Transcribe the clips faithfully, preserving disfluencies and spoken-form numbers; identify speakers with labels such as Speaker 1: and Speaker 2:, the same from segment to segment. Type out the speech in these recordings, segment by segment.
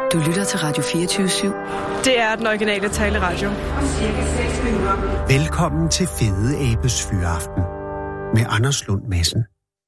Speaker 1: Du lytter til Radio fireogtyve syv.
Speaker 2: Det er den originale taleradio.
Speaker 3: Velkommen til Fede Abes Fyraften med Anders Lund Madsen.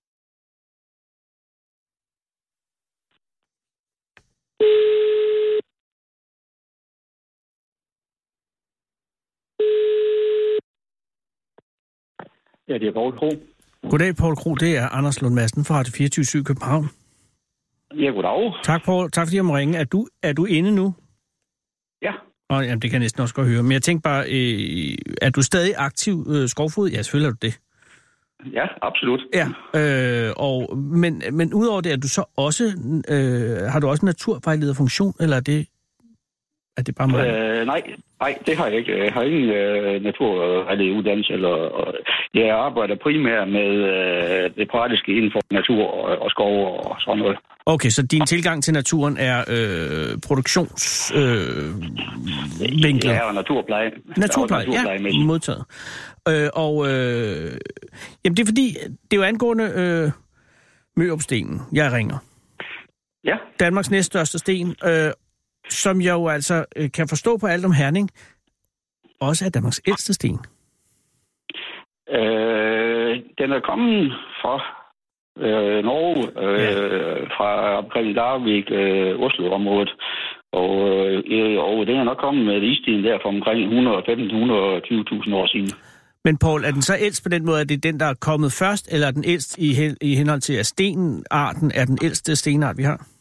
Speaker 4: Ja, det er Poul Kro.
Speaker 5: Goddag, Poul Kro. Det er Anders Lund Madsen fra Radio fireogtyve syv København.
Speaker 4: Ja, goddag.
Speaker 5: Tak, Poul. Tak fordi jeg må ringe. Er du, er du inde nu?
Speaker 4: Ja.
Speaker 5: Og, jamen, det kan jeg næsten også godt høre. Men jeg tænkte bare, øh, er du stadig aktiv øh, skovfod? Ja, selvfølgelig er du det.
Speaker 4: Ja, absolut.
Speaker 5: Ja, øh, og, men, men udover det, er du så også, øh, har du også en naturvejlederfunktion, eller er det, er det bare mig?
Speaker 4: Øh, nej, nej, det har jeg ikke. Jeg har ingen øh, naturvejlederuddannelse, eller og jeg arbejder primært med øh, det praktiske inden for natur og, og skov og sådan noget.
Speaker 5: Okay, så din tilgang til naturen er øh, produktionsvinklet?
Speaker 4: Øh, ja, og naturpleje.
Speaker 5: Naturpleje, ja, modtaget. Øh, og øh, jamen det er fordi, det er jo angående øh, Møopstenen, jeg ringer.
Speaker 4: Ja.
Speaker 5: Danmarks næststørste sten, øh, som jeg jo altså øh, kan forstå på alt om Herning, også er Danmarks ældste sten.
Speaker 4: Øh, den er kommet fra Øh, Norge, øh, ja. Fra omkring Larvik, øh, Oslo-området, og, øh, og den er nok kommet med istiden der fra omkring hundrede og femten til hundrede og tyve tusind år siden. Men
Speaker 5: Poul, er den så ældst på den måde, at det er den, der er kommet først, eller er den ældst i, hen, i henhold til, at stenarten er den ældste stenart, vi har?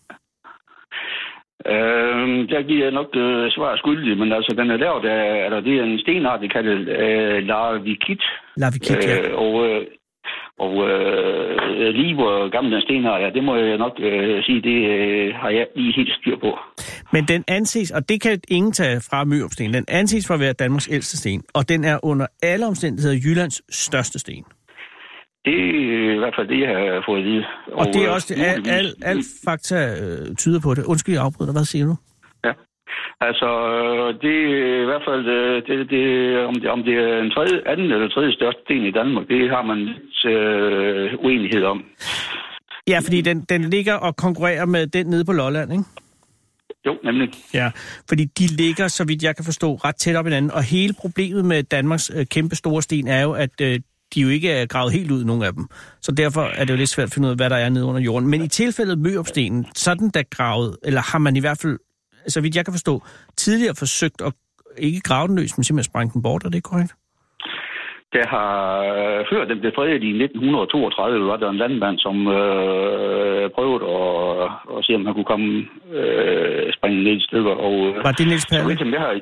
Speaker 4: Øh, der giver jeg nok øh, svar skyldig, men altså den er lavet af, altså, det er en stenart, det kalder øh, Larvikit.
Speaker 5: Larvikit, ja.
Speaker 4: Øh, og øh, Og øh, lige hvor gammel den stenart er, det må jeg nok øh, sige, det øh, har jeg lige helt styr på.
Speaker 5: Men den anses, og det kan ingen tage fra Møopstenen, den anses for at være Danmarks ældste sten, og den er under alle omstændigheder Jyllands største sten.
Speaker 4: Det er i hvert fald det, jeg har fået at vide.
Speaker 5: Og, og det er også, det, al, al, al fakta øh, tyder på det. Undskyld, jeg afbryder. Hvad siger du?
Speaker 4: Ja, altså det er i hvert fald, det, det, om, det, om det er en tredje, anden eller tredje største sten i Danmark, det har man lidt øh, uenighed om.
Speaker 5: Ja, fordi den, den ligger og konkurrerer med den nede på Lolland, ikke?
Speaker 4: Jo, nemlig.
Speaker 5: Ja, fordi de ligger, så vidt jeg kan forstå, ret tæt op hinanden. Og hele problemet med Danmarks øh, kæmpe store sten er jo, at øh, de jo ikke er gravet helt ud, nogen af dem. Så derfor er det jo lidt svært at finde ud af, hvad der er nede under jorden. Men i tilfældet Møopstenen, så er den da gravet, eller har man i hvert fald, så vidt jeg kan forstå, tidligere forsøgt at ikke grave den løs, men simpelthen sprænge den bort. Er det korrekt?
Speaker 4: Der har, før den blev fredet i nitten toogtredive, var der en landmand, som øh, prøvede at, at se, om han kunne komme øh, springe ned i stykker. Og,
Speaker 5: var det Niels Palle?
Speaker 4: Så, jeg har,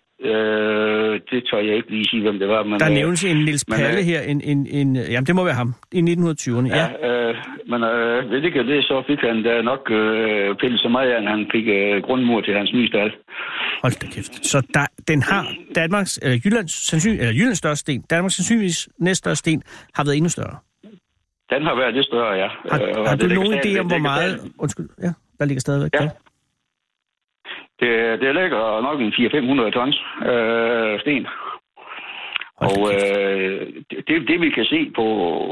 Speaker 4: øh, det tør jeg ikke lige sige, hvem det var. Men,
Speaker 5: der nævnes en Niels Palle her, en, en, en, jamen det må være ham, i nitten tyverne. Ja,
Speaker 4: ja øh, men øh, ved ikke det, så fik han da nok øh, pillet så meget, at han fik øh, grundmur til hans nye stald.
Speaker 5: Hold da kæft. Så der, den har Danmarks, eller Jyllands, sandsynlig, eller Jyllands største sten, Danmarks sandsynligvis næststørste sten, har været endnu større.
Speaker 4: Den har været lidt større, ja.
Speaker 5: Har, øh, har du nogen idé om, hvor meget... Stadig. Undskyld, ja, der ligger stadigvæk.
Speaker 4: Ja. Det, det ligger nok en fire til fem hundrede tons øh, sten. Og øh, det, det vi kan se på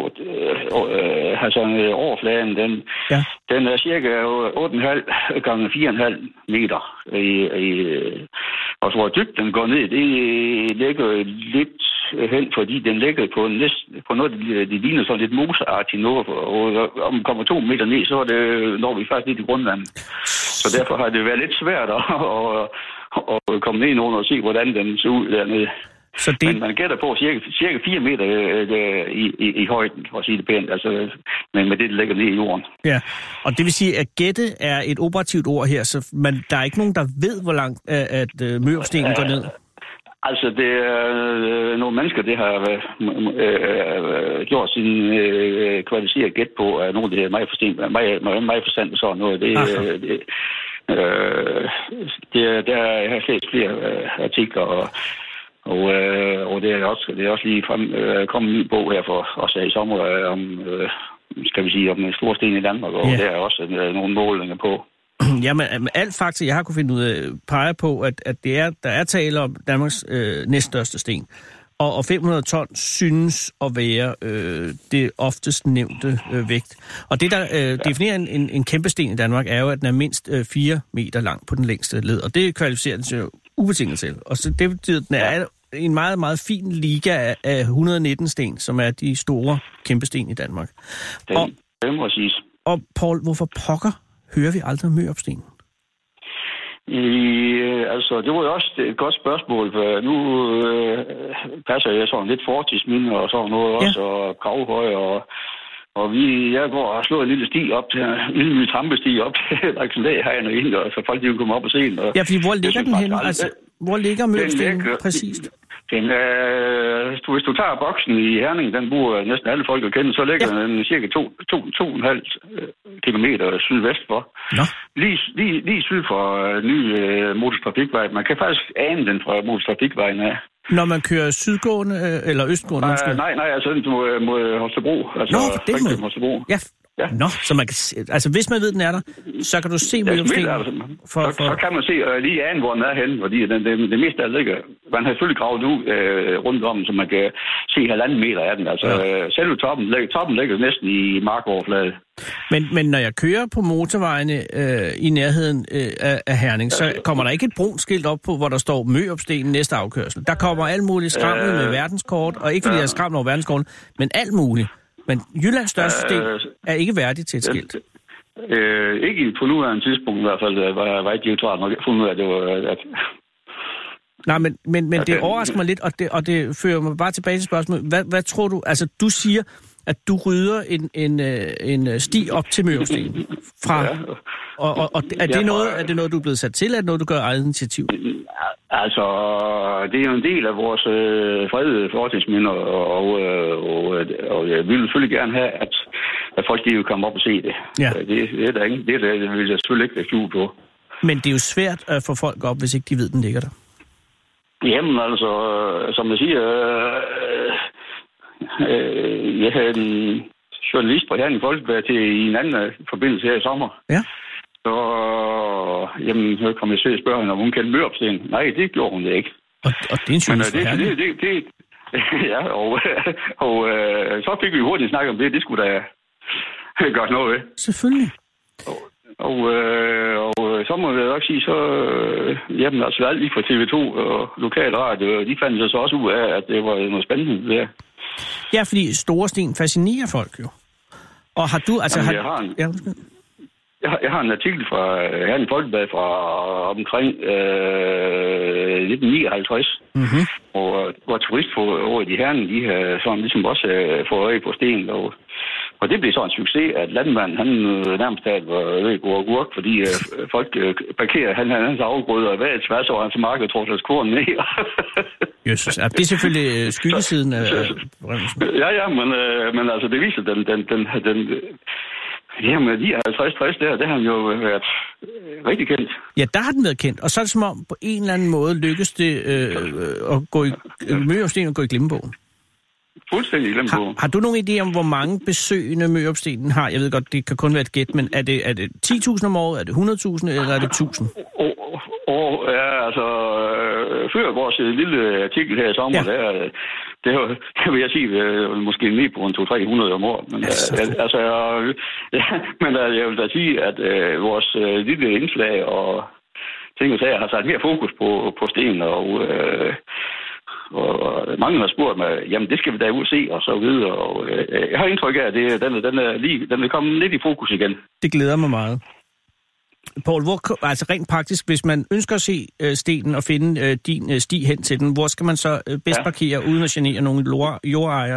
Speaker 4: øh, altså overfladen, den, ja. den er cirka otte komma fem gange fire komma fem meter. I, i, og hvor dybt den går ned, det ligger lidt hen, fordi den ligger på, næst, på noget, det ligner sådan lidt moseagtigt noget. Og om man kommer to meter ned, så er det, når vi faktisk lidt i grundvandet. Så derfor har det været lidt svært at, at, at komme ned under og se, hvordan den ser ud dernede. Så det... Men man gætter på cirka, cirka fire meter øh, i, i, i højden, for at sige det pænt, altså, men med det, der ligger ned i jorden. Ja,
Speaker 5: og det vil sige, at gætte er et operativt ord her, så man, der er ikke nogen, der ved, hvor langt at, at uh, Møopstenen går ned?
Speaker 4: Altså, det er øh, nogle mennesker, det har øh, øh, gjort sin øh, kvalificeret gæt på, at nogen, det er meget forstand, meget, meget forstand og sådan noget. Det, øh, det, øh, det, der er slet flere øh, artikler, og Og, øh, og det er også det er også lige frem, øh, kommet en ny bog her for os i sommer øh, om øh, skal vi sige om en stor sten i Danmark, og ja. Der er også øh, nogle målinger på.
Speaker 5: Jamen, alt fakta, jeg har kunne finde ud af, peger på, at, at det er, der er tale om Danmarks øh, næststørste sten. Og, og fem hundrede ton synes at være øh, det oftest nævnte øh, vægt. Og det, der øh, definerer en, en, en kæmpe sten i Danmark, er jo, at den er mindst øh, fire meter lang på den længste led. Og det kvalificerer den jo ubetinget til. Og så det betyder, at den er en meget, meget fin liga af, af et hundrede og nitten sten, som er de store kæmpe sten i Danmark.
Speaker 4: Det,
Speaker 5: og,
Speaker 4: det må siges.
Speaker 5: Og Poul, hvorfor pokker hører vi aldrig om Mørup-stenen?
Speaker 4: I, altså, det var jo også et godt spørgsmål, for nu øh, passer jeg sådan lidt fortidsminde og sådan noget ja. også, og Gravhøj, og, og vi, jeg går og slår en lille sti op til, en lille trampesti op til Laksendag herinde og ind, og så folk de vil komme op og se den. Og
Speaker 5: ja, fordi hvor ligger den henne? Altså, hvor ligger Mørup-stenen præcist?
Speaker 4: Den, øh, hvis du tager boksen i Herning, den bruger næsten alle folk at kende, så ligger ja. den cirka to, to, to og en halv kilometer sydvest for.
Speaker 5: Nå.
Speaker 4: Lige, lige, lige syd for uh, ny uh, motortrafikvej. Man kan faktisk ane den fra motortrafikvejen af.
Speaker 5: Når man kører sydgående øh, eller østgående?
Speaker 4: Uh, nej, nej, altså mod, mod Holstebro. Altså,
Speaker 5: Nå, på den måde.
Speaker 4: Holstebro.
Speaker 5: Ja.
Speaker 4: Ja.
Speaker 5: Nå, så man kan se, altså hvis man ved, den er der, så kan du se Mørup-stenen.
Speaker 4: Ja, altså, for, så, for... så kan man se uh, lige an, hvor den er henne, fordi den, den, det meste der ligger. Man har selvfølgelig gravet ud uh, rundt om, så man kan se halvanden meter af den. Altså ja. uh, selve toppen, toppen ligger næsten i markoverfladen.
Speaker 5: Men, men når jeg kører på motorvejene øh, i nærheden øh, af, af Herning, så kommer der ikke et brunt skilt op på, hvor der står Mørup-stenen næste afkørsel. Der kommer alt muligt skrammel øh, med verdenskort, og ikke fordi ja. jeg er skræmt over verdenskort, men alt muligt. Men Jyllands største sten øh, er ikke værdig til et skilt.
Speaker 4: Øh, ikke på nuværende tidspunkt i hvert fald, var Vejdirektoratet nok fundet ud af, at det var... At...
Speaker 5: Nej, men, men, men det overrasker mig lidt, og det, og det fører mig bare tilbage til spørgsmålet. Hvad, hvad tror du... Altså, du siger, at du rydder en, en, en sti op til Mørup-stenen fra... Ja. Og, og, og er, det noget, er det noget, du er blevet sat til, eller er det noget, du gør eget initiativ?
Speaker 4: Altså, det er jo en del af vores øh, fredede fortidsminder, og, og, og, og ja, vi vil selvfølgelig gerne have, at, at folk de vil komme op og se det. Ja. Det, det er der ikke. Det, det, det vil jeg selvfølgelig ikke skjule på. Men
Speaker 5: det er jo svært at få folk op, hvis ikke de ved, den ligger der.
Speaker 4: Jamen, altså, som jeg siger, øh, øh, jeg havde en journalist på Herning Folkeblad til i en anden forbindelse her i sommer. Ja. Så, jamen, så kom jeg til at spørge hende, om hun kendte Mørup-stenen. Nej, det gjorde hun ikke.
Speaker 5: Og, og det er en journalist
Speaker 4: for Herning? Det, det, det, det, ja, og, og øh, så fik vi hurtigt snakket om det. Det skulle da gøre noget ved.
Speaker 5: Selvfølgelig.
Speaker 4: Og, og, øh, og så må jeg også sige, så øh, jamen, altså alt lige fra T V to og lokal radio, de fandt så også ud af, at det var noget spændende der.
Speaker 5: Ja, fordi store sten fascinerer folk jo. Og har du, altså...
Speaker 4: Jamen,
Speaker 5: har...
Speaker 4: jeg har en...
Speaker 5: Ja,
Speaker 4: Jeg har, jeg har en artikel fra Herning Folkeblad fra omkring øh, nitten nioghalvtreds, mm-hmm. hvor, hvor turistforåret i Herning, de har sådan ligesom også øh, fået øje på sten, og, og det blev sådan en succes, at landmanden, han øh, nærmest var ved gå og gurk, fordi øh, folk øh, parkerer han, hans afgrøder og hver tværs over hans mark og tror deres korn ned.
Speaker 5: Jesus, det er selvfølgelig skyggesiden af...
Speaker 4: Ja, ja, men, øh, men altså det viser den... den, den, den Jamen, de halvtreds tres der, det har jo været øh, rigtig kendt.
Speaker 5: Ja, der har den været kendt. Og så er det som om, på en eller anden måde lykkes det øh, at gå i øh, Mørup-stenen og gå i glemmebogen.
Speaker 4: Fuldstændig i glemmebogen.
Speaker 5: Har, har du nogen idé om, hvor mange besøgende Mørup-stenen har? Jeg ved godt, det kan kun være et gæt, men er det, er det ti tusind om året, er det hundrede tusind, eller er det tusind?
Speaker 4: Og, og ja, altså, øh, før vores lille artikel her i sommer, ja. der... Det, var, det vil jeg sige, måske ned på en to til tre hundrede om året. Men, ja, altså, ja, men jeg vil da sige, at øh, vores øh, lille indslag og ting og sager har sat mere fokus på, på sten, og, øh, og mange har spurgt mig, jamen det skal vi da ud se, og så videre. Og, øh, jeg har indtryk af, at det, den, den, er lige, den vil komme lidt i fokus igen.
Speaker 5: Det glæder mig meget. Poul, hvor, altså rent praktisk, hvis man ønsker at se øh, stenen og finde øh, din øh, sti hen til den, hvor skal man så øh, bedst ja. parkere, uden at genere nogle jordejere?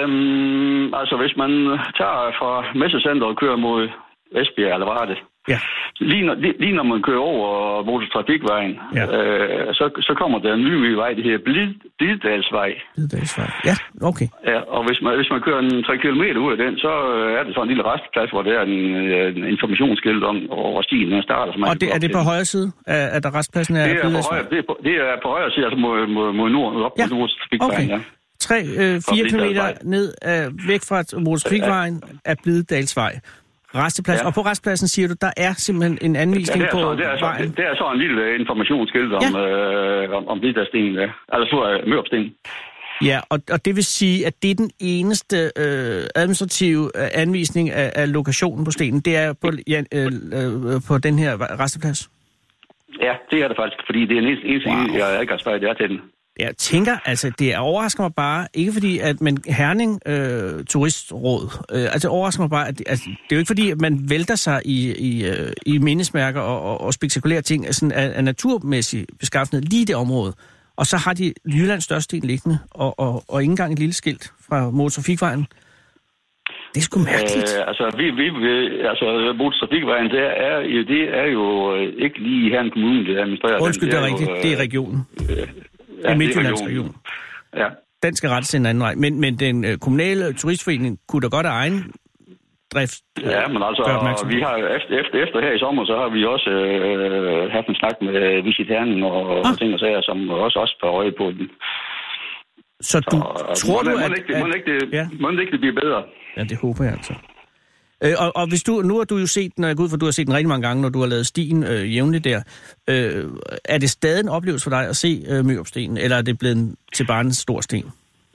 Speaker 4: Øhm, altså, hvis man tager fra Messecenteret og kører mod Esbjerg, eller hvad er det? Ja. Lige når, lige, lige når man kører over motortrafikvejen, ja. øh, så, så kommer der en ny vej, det her Blid, Bliddalsvej.
Speaker 5: Bliddalsvej, ja, okay.
Speaker 4: Ja, og hvis man, hvis man kører en tre kilometer ud af den, så er det sådan en lille restplads, hvor der er en, en informationsskilt om, hvor stien den starter.
Speaker 5: Og det, er det på højre side, at der restpladsen er?
Speaker 4: Det er, på højre, det, er på, det er på højre side, altså mod, mod, mod nord, op ja. mod motortrafikvejen, okay. ja.
Speaker 5: Tre, øh, fire kilometer ned, øh, væk fra motortrafikvejen er Bliddalsvej. Resteplads. Ja. Og på restpladsen siger du, der er simpelthen en anvisning ja, på
Speaker 4: så, det er
Speaker 5: vejen?
Speaker 4: Så, det er så en lille informationsskilt om, ja. øh, om, om det der sten, ja. Altså så er Mørup-stenen.
Speaker 5: Ja, og, og det vil sige, at det er den eneste øh, administrative anvisning af, af lokationen på stenen. Det er på, ja, øh, øh, på den her resteplads?
Speaker 4: Ja, det er det faktisk, fordi det er den eneste, eneste wow. jeg adgangsvej, det er til den.
Speaker 5: Jeg tænker, altså, det overrasker mig bare, ikke fordi, at man Herning øh, Turistråd, øh, altså det overrasker mig bare, at altså, det er jo ikke fordi, at man vælter sig i, i, øh, i mindesmærker og, og, og spektakulære ting af, sådan, af, af naturmæssig beskaffenhed lige i det område. Og så har de Jyllands største sten liggende, og, og, og ikke engang et lille skilt fra motortrafikvejen. Det er sgu mærkeligt.
Speaker 4: Øh, altså, vi, vi, altså, motortrafikvejen, det er, det er jo ikke lige her en kommune, det administrerer.
Speaker 5: Undskyld, det er, det er rigtigt.
Speaker 4: Jo,
Speaker 5: det er regionen.
Speaker 4: Øh,
Speaker 5: det er Midtjyllands region.
Speaker 4: Ja.
Speaker 5: Den skal rettes til en anden vej. Men, men den øh, kommunale turistforening kunne da godt af egen drift øh,
Speaker 4: ja, men altså, vi har efter, efter, efter her i sommer, så har vi også øh, haft en snak med Visit Herning og ah. ting og sager, som også også får øje på den.
Speaker 5: Så du så, tror
Speaker 4: må,
Speaker 5: du,
Speaker 4: må
Speaker 5: at...
Speaker 4: Ikke, at, må ikke det,
Speaker 5: ja.
Speaker 4: må ikke det bliver bedre?
Speaker 5: Ja, det håber jeg altså. Øh, og, og hvis du, nu har du jo set den, og jeg går ud for, du har set den rigtig mange gange, når du har lavet stien øh, jævnligt der. Øh, er det stadig en oplevelse for dig at se øh, Mørup-stenen, eller er det blevet til bare en stor sten?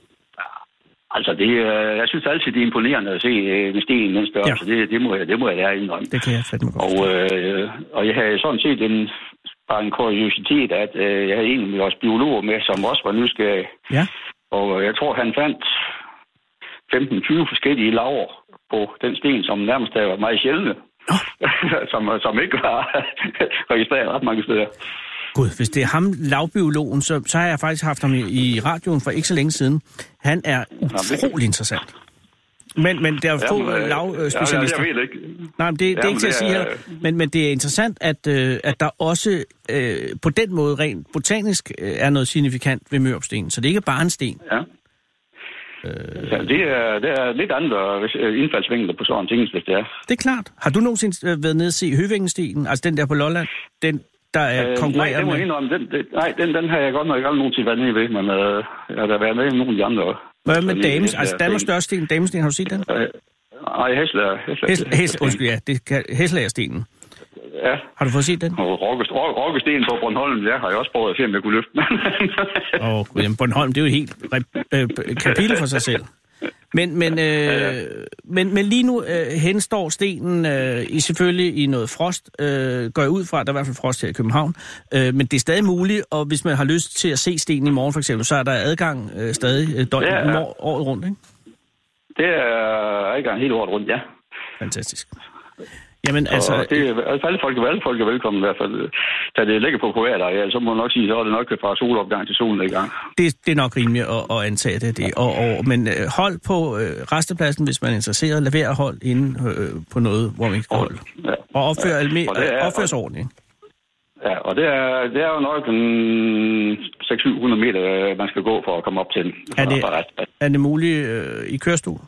Speaker 4: Altså, det, øh, jeg synes altid, det er imponerende at se øh, med stenen den størrelse. Ja. Det, det, må jeg, det må jeg lære indrømme.
Speaker 5: Det kan jeg fandme godt.
Speaker 4: Og, øh, og jeg havde sådan set en, bare en kuriositet, at øh, jeg havde en af vores biologer med, som også var nysgerrig.
Speaker 5: Ja.
Speaker 4: Og jeg tror, han fandt femten tyve forskellige laver på den sten, som nærmest var meget sjældne. Oh. som, som ikke var registreret ret mange steder.
Speaker 5: Gud, hvis det er ham, lavbiologen, så, så har jeg faktisk haft ham i, i radioen for ikke så længe siden. Han er utrolig interessant. Men, men der er få øh, lavspecialister.
Speaker 4: Ja, jeg ved ikke.
Speaker 5: Nej, men det, det er ikke til at sige her. Men, men det er interessant, at, øh, at der også øh, på den måde rent botanisk øh, er noget signifikant ved Mørup-stenen. Så det er ikke bare en sten.
Speaker 4: Ja. Øh, ja, det, er, det er lidt andre indfaldsvinkler på sådan en ting, hvis det er.
Speaker 5: Det er klart. Har du nogensinde været nede og se Høvængenstenen, altså den der på Lolland? Den, der er øh, konkurreret
Speaker 4: nej, det må jeg indrømme. Den, den, nej, den, den har jeg godt nok ikke aldrig nogensinde været nede ved, men øh, jeg har da været med i nogle af de andre.
Speaker 5: Hvad med Dames? Altså Danmarks største sten, Damesten, har du set den? Øh,
Speaker 4: nej, Hæslager.
Speaker 5: Hæslager, undskyld, ja. Hæslagerstenen.
Speaker 4: Ja.
Speaker 5: Har du fået set den?
Speaker 4: Og Rokkestenen på Bornholm, der har jeg også prøvet at se, om jeg kunne løfte.
Speaker 5: Åh, oh, jamen Bornholm, det er jo et helt øh, kapitel for sig selv. Men, men, øh, ja, ja. men, men lige nu øh, henstår stenen øh, i selvfølgelig i noget frost. Øh, går jeg ud fra, at der er i hvert fald frost her i København. Øh, men det er stadig muligt, og hvis man har lyst til at se stenen i morgen for eksempel, så er der adgang øh, stadig øh, døgnet ja, ja. året rundt, ikke?
Speaker 4: Det er adgang hele året rundt, ja.
Speaker 5: Fantastisk. Jamen, altså,
Speaker 4: det er, altså alle folk, alle folk er velkommen i hvert fald. Da det ligger på privat areal, så må man nok sige, så er det nok fra solopgang til solnedgang.
Speaker 5: Det, det er nok rimeligt at, at antage det. det. Og, og, men hold på øh, restepladsen, hvis man er interesseret. Lad være at holde inde øh, på noget, hvor man ikke kan holde. Ja. Og opfør, ja. alme, og er, opfør sig ordentligt.
Speaker 4: Ja, og det er, det er jo nok en seks til syv hundrede meter, man skal gå for at komme op til den.
Speaker 5: Er det, er det muligt øh, i kørestol?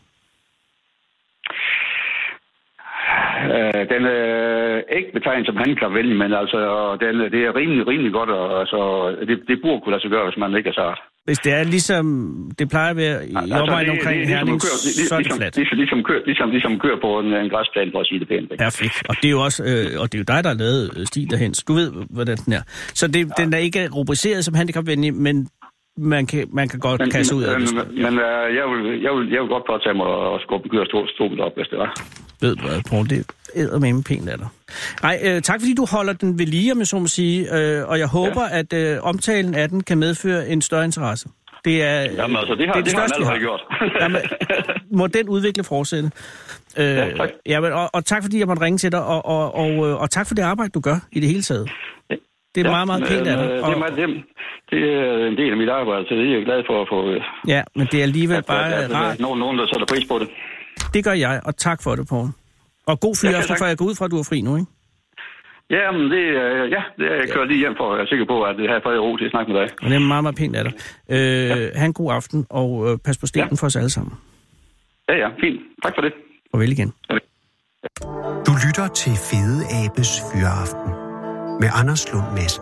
Speaker 4: Uh, den er ikke betegnet som handicapvenlig, men altså, den, det er rimelig, rimelig godt, og altså, det, det burde kunne lade sig gøre, hvis man ikke er sart. Hvis
Speaker 5: det er ligesom, det plejer at være i altså, omegn omkring Herning, så er det fladt.
Speaker 4: Ligesom, ligesom, kører, ligesom, ligesom kører på en, en græsplan, for at sige det pænt.
Speaker 5: Perfekt, og det er jo også, øh, og det er jo dig, der har lavet sti derhen, så du ved, hvordan den er. Så det, ja. Den er ikke rubriceret som handicapvenlig, men man kan, man kan godt men, kaste ud af det.
Speaker 4: Men, men uh, jeg, vil, jeg, vil, jeg vil godt påtage mig at skubbe en kørestol op, hvis det var.
Speaker 5: Ved du hvad, Poul, det æder med pænt af dig. Nej, øh, tak fordi du holder den ved lige, om jeg så må sige, øh, og jeg håber, ja. at øh, omtalen af den kan medføre en større interesse. Det er,
Speaker 4: Jamen altså, det har, det er det, det største, har allerede gjort.
Speaker 5: Jamen, må den udvikle fortsætte. Øh, ja, tak. Jamen, og, og tak fordi jeg måtte ringe til dig, og, og, og, og, og tak for det arbejde, du gør i det hele taget. Det er ja, meget, meget pænt af dig. Og,
Speaker 4: det, er, det, det er en del af mit arbejde, så det er jeg glad for at få...
Speaker 5: Ja, men det er alligevel at, bare at, rart.
Speaker 4: Nogen, nogen, der sætter pris på det.
Speaker 5: Det gør jeg, og tak for det, Poul. Og god fyraften, for jeg går ud fra, at du er fri nu, ikke?
Speaker 4: Ja, men det, ja, det er jeg kører lige hjem for, jeg er sikker på, at det har fået ro til at snakke med dig.
Speaker 5: Og det er meget, meget pænt af dig. Øh, ja. Ha' en god aften, og øh, pas på stenen ja. for os alle sammen.
Speaker 4: Ja, ja, fint. Tak for det.
Speaker 5: Farvel igen. Ja.
Speaker 3: Du lytter til Fede Abes Fyraften med Anders Lund Madsen.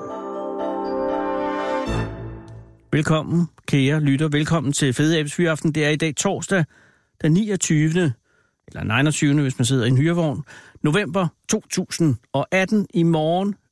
Speaker 5: Velkommen, kære lytter. Velkommen til Fede Abes Fyraften. Det er i dag torsdag, den niogtyvende eller enogtyvende, hvis man sidder i en hyrevogn, november to tusind og atten. I morgen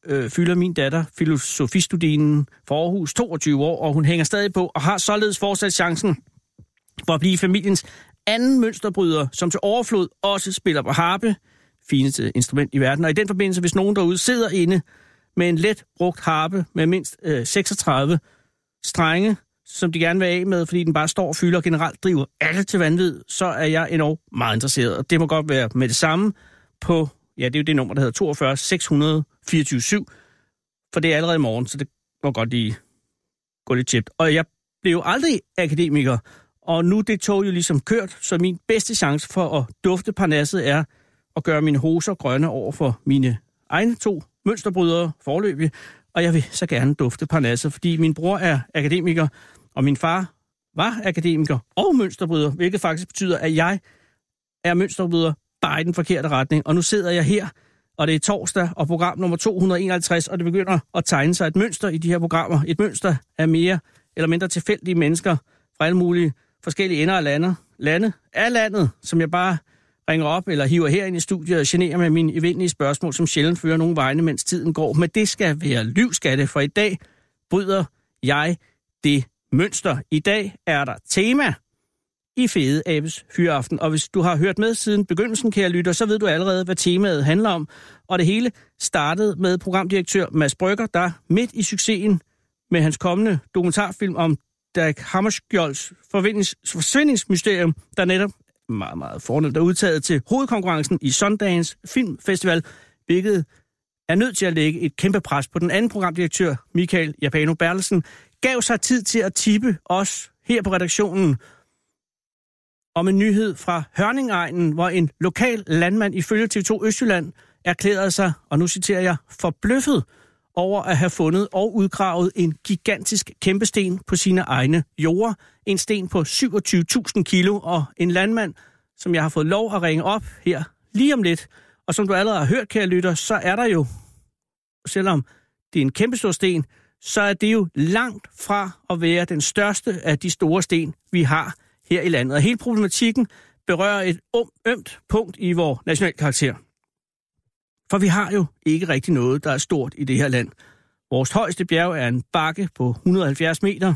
Speaker 5: øh, fylder min datter filosofistudien for Aarhus toogtyve år, og hun hænger stadig på og har således fortsat chancen for at blive familiens anden mønsterbryder, som til overflod også spiller på harpe, fineste instrument i verden. Og i den forbindelse, hvis nogen derude sidder inde med en let brugt harpe med mindst øh, seksogtredive strenge, som de gerne vil af med, fordi den bare står og fylder og generelt driver alle til vanvid, så er jeg endnu meget interesseret. Og det må godt være med det samme på, ja, det er jo det nummer, der hedder toogfyrre seks hundrede fireogtyve syv, for det er allerede i morgen, så det må godt lige gå lidt tjept. Og jeg blev jo aldrig akademiker, og nu det tog jo ligesom kørt, så min bedste chance for at dufte parnasset er at gøre mine hoser grønne over for mine egne to mønsterbrydere forløbig, og jeg vil så gerne dufte parnasset, fordi min bror er akademiker, og min far var akademiker og mønsterbryder, hvilket faktisk betyder, at jeg er mønsterbryder bare i den forkerte retning. Og nu sidder jeg her, og det er torsdag, og program nummer to hundrede enoghalvtreds, og det begynder at tegne sig et mønster i de her programmer. Et mønster af mere eller mindre tilfældige mennesker fra alle mulige forskellige ender af lande, lande af landet, som jeg bare ringer op eller hiver herind i studiet og generer med mine evindelige spørgsmål, som sjældent fører nogen vegne, mens tiden går. Men det skal være livsskatte, for i dag bryder jeg det mønster. I dag er der tema i Fede Abes Fyraften, og hvis du har hørt med siden begyndelsen, kære lytter, så ved du allerede, hvad temaet handler om. Og det hele startede med programdirektør Mads Brygger, der midt i succesen med hans kommende dokumentarfilm om Dag Hammarskjolds forsvindingsmysterium, der netop meget, meget fornemt er udtaget til hovedkonkurrencen i Sundance Filmfestival, hvilket er nødt til at lægge et kæmpe pres på den anden programdirektør, Michael Japano Bertelsen, gav sig tid til at tippe os her på redaktionen om en nyhed fra Hørningegnen, hvor en lokal landmand ifølge T V to Østjylland erklærede sig, og nu citerer jeg, forbløffet over at have fundet og udgravet en gigantisk kæmpesten på sine egne jorder. En sten på syvogtyve tusind kilo, og en landmand, som jeg har fået lov at ringe op her lige om lidt. Og som du allerede har hørt, kære lytter, så er der jo, selvom det er en kæmpestor sten, så er det jo langt fra at være den største af de store sten, vi har her i landet. Og hele problematikken berører et ømt punkt i vores nationalkarakter. For vi har jo ikke rigtig noget, der er stort i det her land. Vores højeste bjerg er en bakke på et hundrede og halvfjerds meter.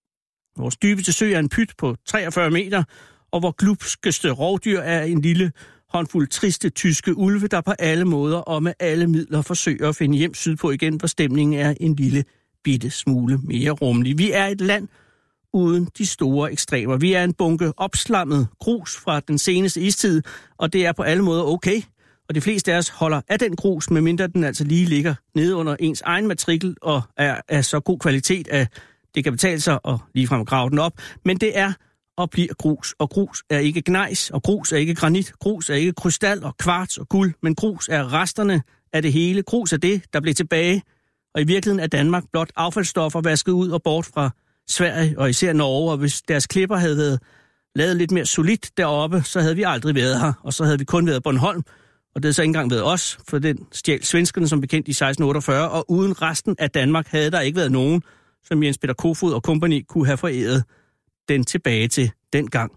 Speaker 5: Vores dybeste sø er en pyt på treogfyrre meter. Og vores glupskeste rovdyr er en lille håndfuld triste tyske ulve, der på alle måder og med alle midler forsøger at finde hjem sydpå igen, hvor stemningen er en lille bitte smule mere rummelig. Vi er et land uden de store ekstremer. Vi er en bunke opslammet grus fra den seneste istid, og det er på alle måder okay. Og de fleste af os holder af den grus, medmindre den altså lige ligger nede under ens egen matrikel og er af så god kvalitet, at det kan betale sig at ligefrem grave den op. Men det er og bliver grus, og grus er ikke gnejs, og grus er ikke granit, grus er ikke krystal og kvarts og guld, men grus er resterne af det hele. Grus er det, der blev tilbage, og i virkeligheden er Danmark blot affaldsstoffer vasket ud og bort fra Sverige og især Norge, og hvis deres klipper havde været lavet lidt mere solidt deroppe, så havde vi aldrig været her, og så havde vi kun været Bornholm, og det havde så ikke engang været os, for den stjal svenskerne som bekendt i seksten otteogfyrre, og uden resten af Danmark havde der ikke været nogen, som Jens Peter Kofod og kompagni kunne have foræret den tilbage til dengang.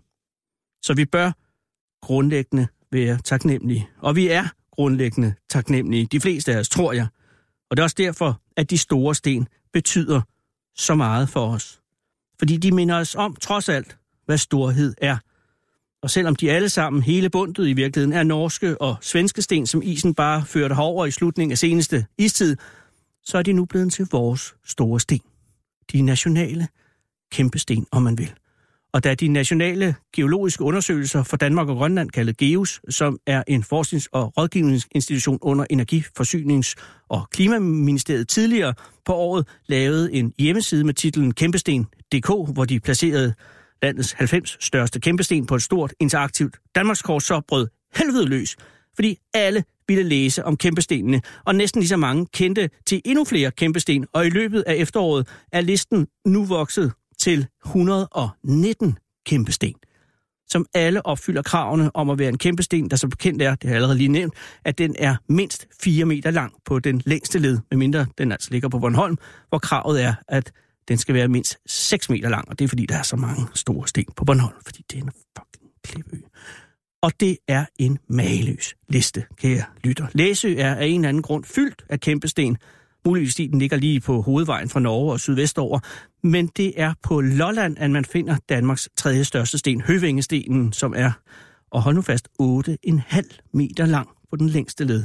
Speaker 5: Så vi bør grundlæggende være taknemmelige, og vi er grundlæggende taknemmelige, de fleste af os, tror jeg. Og det er også derfor, at de store sten betyder så meget for os. Fordi de minder os om, trods alt, hvad storhed er. Og selvom de alle sammen, hele bundet i virkeligheden, er norske og svenske sten, som isen bare førte herover i slutningen af seneste istid, så er de nu blevet til vores store sten. De nationale kæmpesten, om man vil. Og da de nationale geologiske undersøgelser for Danmark og Grønland, kaldet GEUS, som er en forsknings- og rådgivningsinstitution under Energi-, Forsynings- og Klimaministeriet tidligere på året, lavede en hjemmeside med titlen Kæmpesten punktum d k, hvor de placerede landets halvfems største kæmpesten på et stort interaktivt Danmarkskort, så brød helvede løs, fordi alle ville læse om kæmpestenene, og næsten lige så mange kendte til endnu flere kæmpesten, og i løbet af efteråret er listen nu vokset til et hundrede og nitten kæmpesten, som alle opfylder kravene om at være en kæmpesten, der så bekendt er, det har jeg allerede lige nævnt, at den er mindst fire meter lang på den længste led, medmindre den altså ligger på Bornholm, hvor kravet er, at den skal være mindst seks meter lang, og det er fordi, der er så mange store sten på Bornholm, fordi det er en fucking klippeø. Og det er en mageløs liste, kære lytter. Læsø er af en eller anden grund fyldt af kæmpesten, Muligvis den ligger lige på hovedvejen fra Norge og sydvestover. Men det er på Lolland, at man finder Danmarks tredje største sten, Høvingestenen, som er, og hold nu fast, otte komma fem meter lang på den længste led.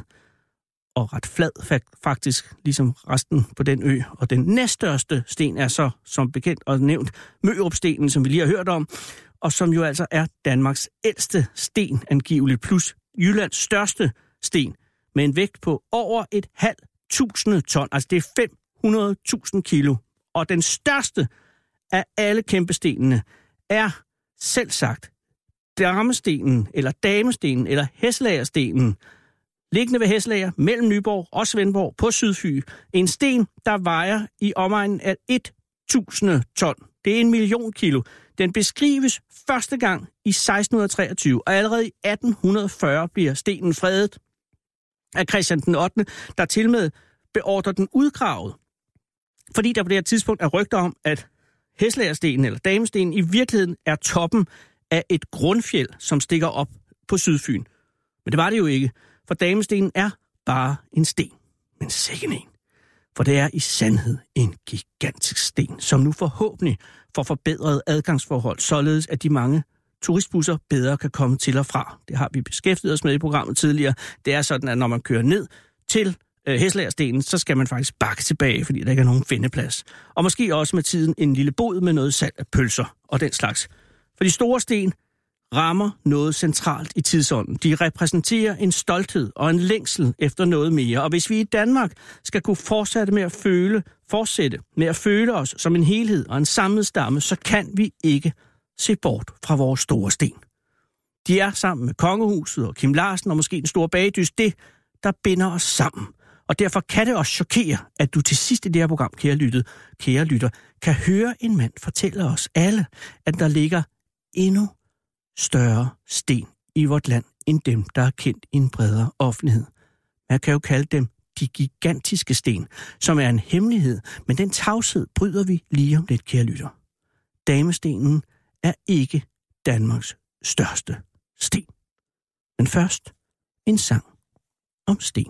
Speaker 5: Og ret flad faktisk, ligesom resten på den ø. Og den næststørste sten er så, som bekendt og nævnt, Mørup-stenen, som vi lige har hørt om, og som jo altså er Danmarks ældste sten angiveligt, plus Jyllands største sten, med en vægt på over et halvt tusinde ton. Altså det er fem hundrede tusind kilo. Og den største af alle kæmpestenene er selvsagt Damestenen, eller Damestenen, eller Hesselagerstenen, liggende ved Hesselager, mellem Nyborg og Svendborg på Sydfyn. En sten, der vejer i omegnen af tusind ton. Det er en million kilo. Den beskrives første gang i seksten treogtyve, og allerede i atten fyrre bliver stenen fredet af Christian den ottende, der til med beordrer den udgravet. Fordi der på det her tidspunkt er rygter om, at Hesselagerstenen eller Damestenen i virkeligheden er toppen af et grundfjeld, som stikker op på Sydfyn. Men det var det jo ikke, for Damestenen er bare en sten, men sikke en. For det er i sandhed en gigantisk sten, som nu forhåbentlig får forbedret adgangsforhold, således at de mange turistbusser bedre kan komme til og fra. Det har vi beskæftiget os med i programmet tidligere. Det er sådan, at når man kører ned til øh, Hesselagerstenen, så skal man faktisk bakke tilbage, fordi der ikke er nogen findeplads. Og måske også med tiden en lille bod med noget salg af pølser og den slags. For de store sten rammer noget centralt i tidsånden. De repræsenterer en stolthed og en længsel efter noget mere. Og hvis vi i Danmark skal kunne fortsætte med at føle, fortsætte med at føle os som en helhed og en samlet stamme, så kan vi ikke se bort fra vores store sten. De er sammen med Kongehuset og Kim Larsen og måske den store bagdyst, det, der binder os sammen. Og derfor kan det også chokere, at du til sidst i det her program, kære, lyttet, kære lytter, kan høre en mand fortælle os alle, at der ligger endnu større sten i vort land, end dem, der er kendt i en bredere offentlighed. Man kan jo kalde dem de gigantiske sten, som er en hemmelighed, men den tavshed bryder vi lige om lidt, kære lytter. Damestenen er ikke Danmarks største sten. Men først en sang om sten.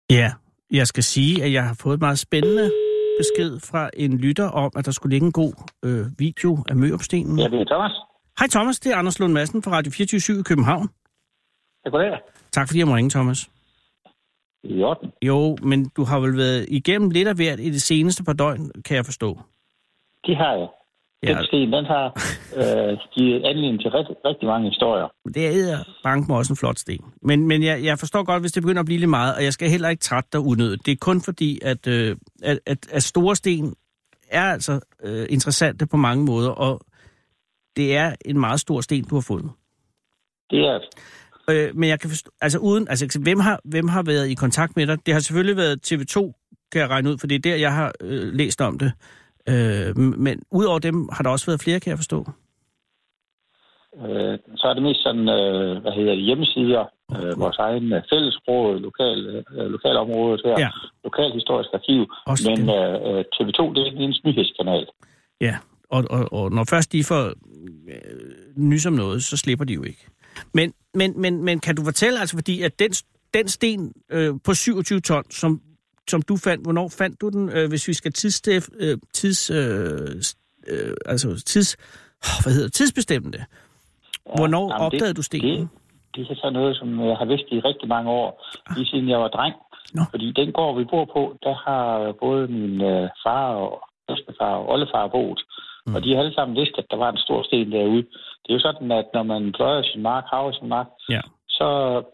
Speaker 5: Ja, jeg skal sige, at jeg har fået et meget spændende besked fra en lytter om, at der skulle ligge en god øh, video af Møopstenen.
Speaker 6: Ja, det er Thomas.
Speaker 5: Hej Thomas, det er Anders Lund Madsen fra Radio fireogtyve syv i København.
Speaker 6: Ja, goddag.
Speaker 5: Tak fordi jeg må ringe, Thomas.
Speaker 6: I orden.
Speaker 5: Jo, men du har vel været igennem lidt af hvert i det seneste par døgn, kan jeg forstå.
Speaker 6: Det har jeg.
Speaker 5: Ja.
Speaker 6: Den sten, den har øh, givet anledning til rigtig, rigtig mange historier.
Speaker 5: Det er banken også en flot sten. Men, men jeg, jeg forstår godt, hvis det begynder at blive lidt meget, og jeg skal heller ikke trætte dig unødigt. Det er kun fordi, at, øh, at, at, at store sten er altså øh, interessante på mange måder, og det er en meget stor sten, du har fundet.
Speaker 6: Det er
Speaker 5: Øh, men jeg kan forstå, altså uden, altså hvem har, hvem har været i kontakt med dig? Det har selvfølgelig været T V to, kan jeg regne ud, for det er der, jeg har øh, læst om det. Øh, men udover dem har der også været flere, kan jeg forstå.
Speaker 6: øh, så er det mest sådan, øh, hvad hedder det, hjemmesider, øh, vores egen øh, fællesråd, lokal, øh, lokalområdet her,
Speaker 5: Ja.
Speaker 6: Lokalhistorisk Arkiv,
Speaker 5: Også
Speaker 6: men
Speaker 5: det.
Speaker 6: øh, T V to, det er den eneste nyhedskanal.
Speaker 5: Ja, og, og, og når først de får øh, nys om noget, så slipper de jo ikke. Men, men, men, men kan du fortælle, altså fordi at den, den sten øh, på syvogtyve ton, som, som du fandt, hvornår fandt du den, øh, hvis vi skal tidsstef, øh, tids, øh, øh, altså tids, oh, hvad hedder, tidsbestemme det? Hvornår
Speaker 6: jamen,
Speaker 5: opdagede
Speaker 6: det,
Speaker 5: du stenen?
Speaker 6: Det, det er sådan noget, som jeg har vidst i rigtig mange år, lige siden jeg var dreng.
Speaker 5: Nå.
Speaker 6: Fordi den gård, vi bor på, der har både min øh, far og bedstefar og oldefar boet. Mm. Og de har alle sammen vidst, at der var en stor sten derude. Det er jo sådan, at når man pløjer sin mark, haver sin mark,
Speaker 5: Ja.
Speaker 6: så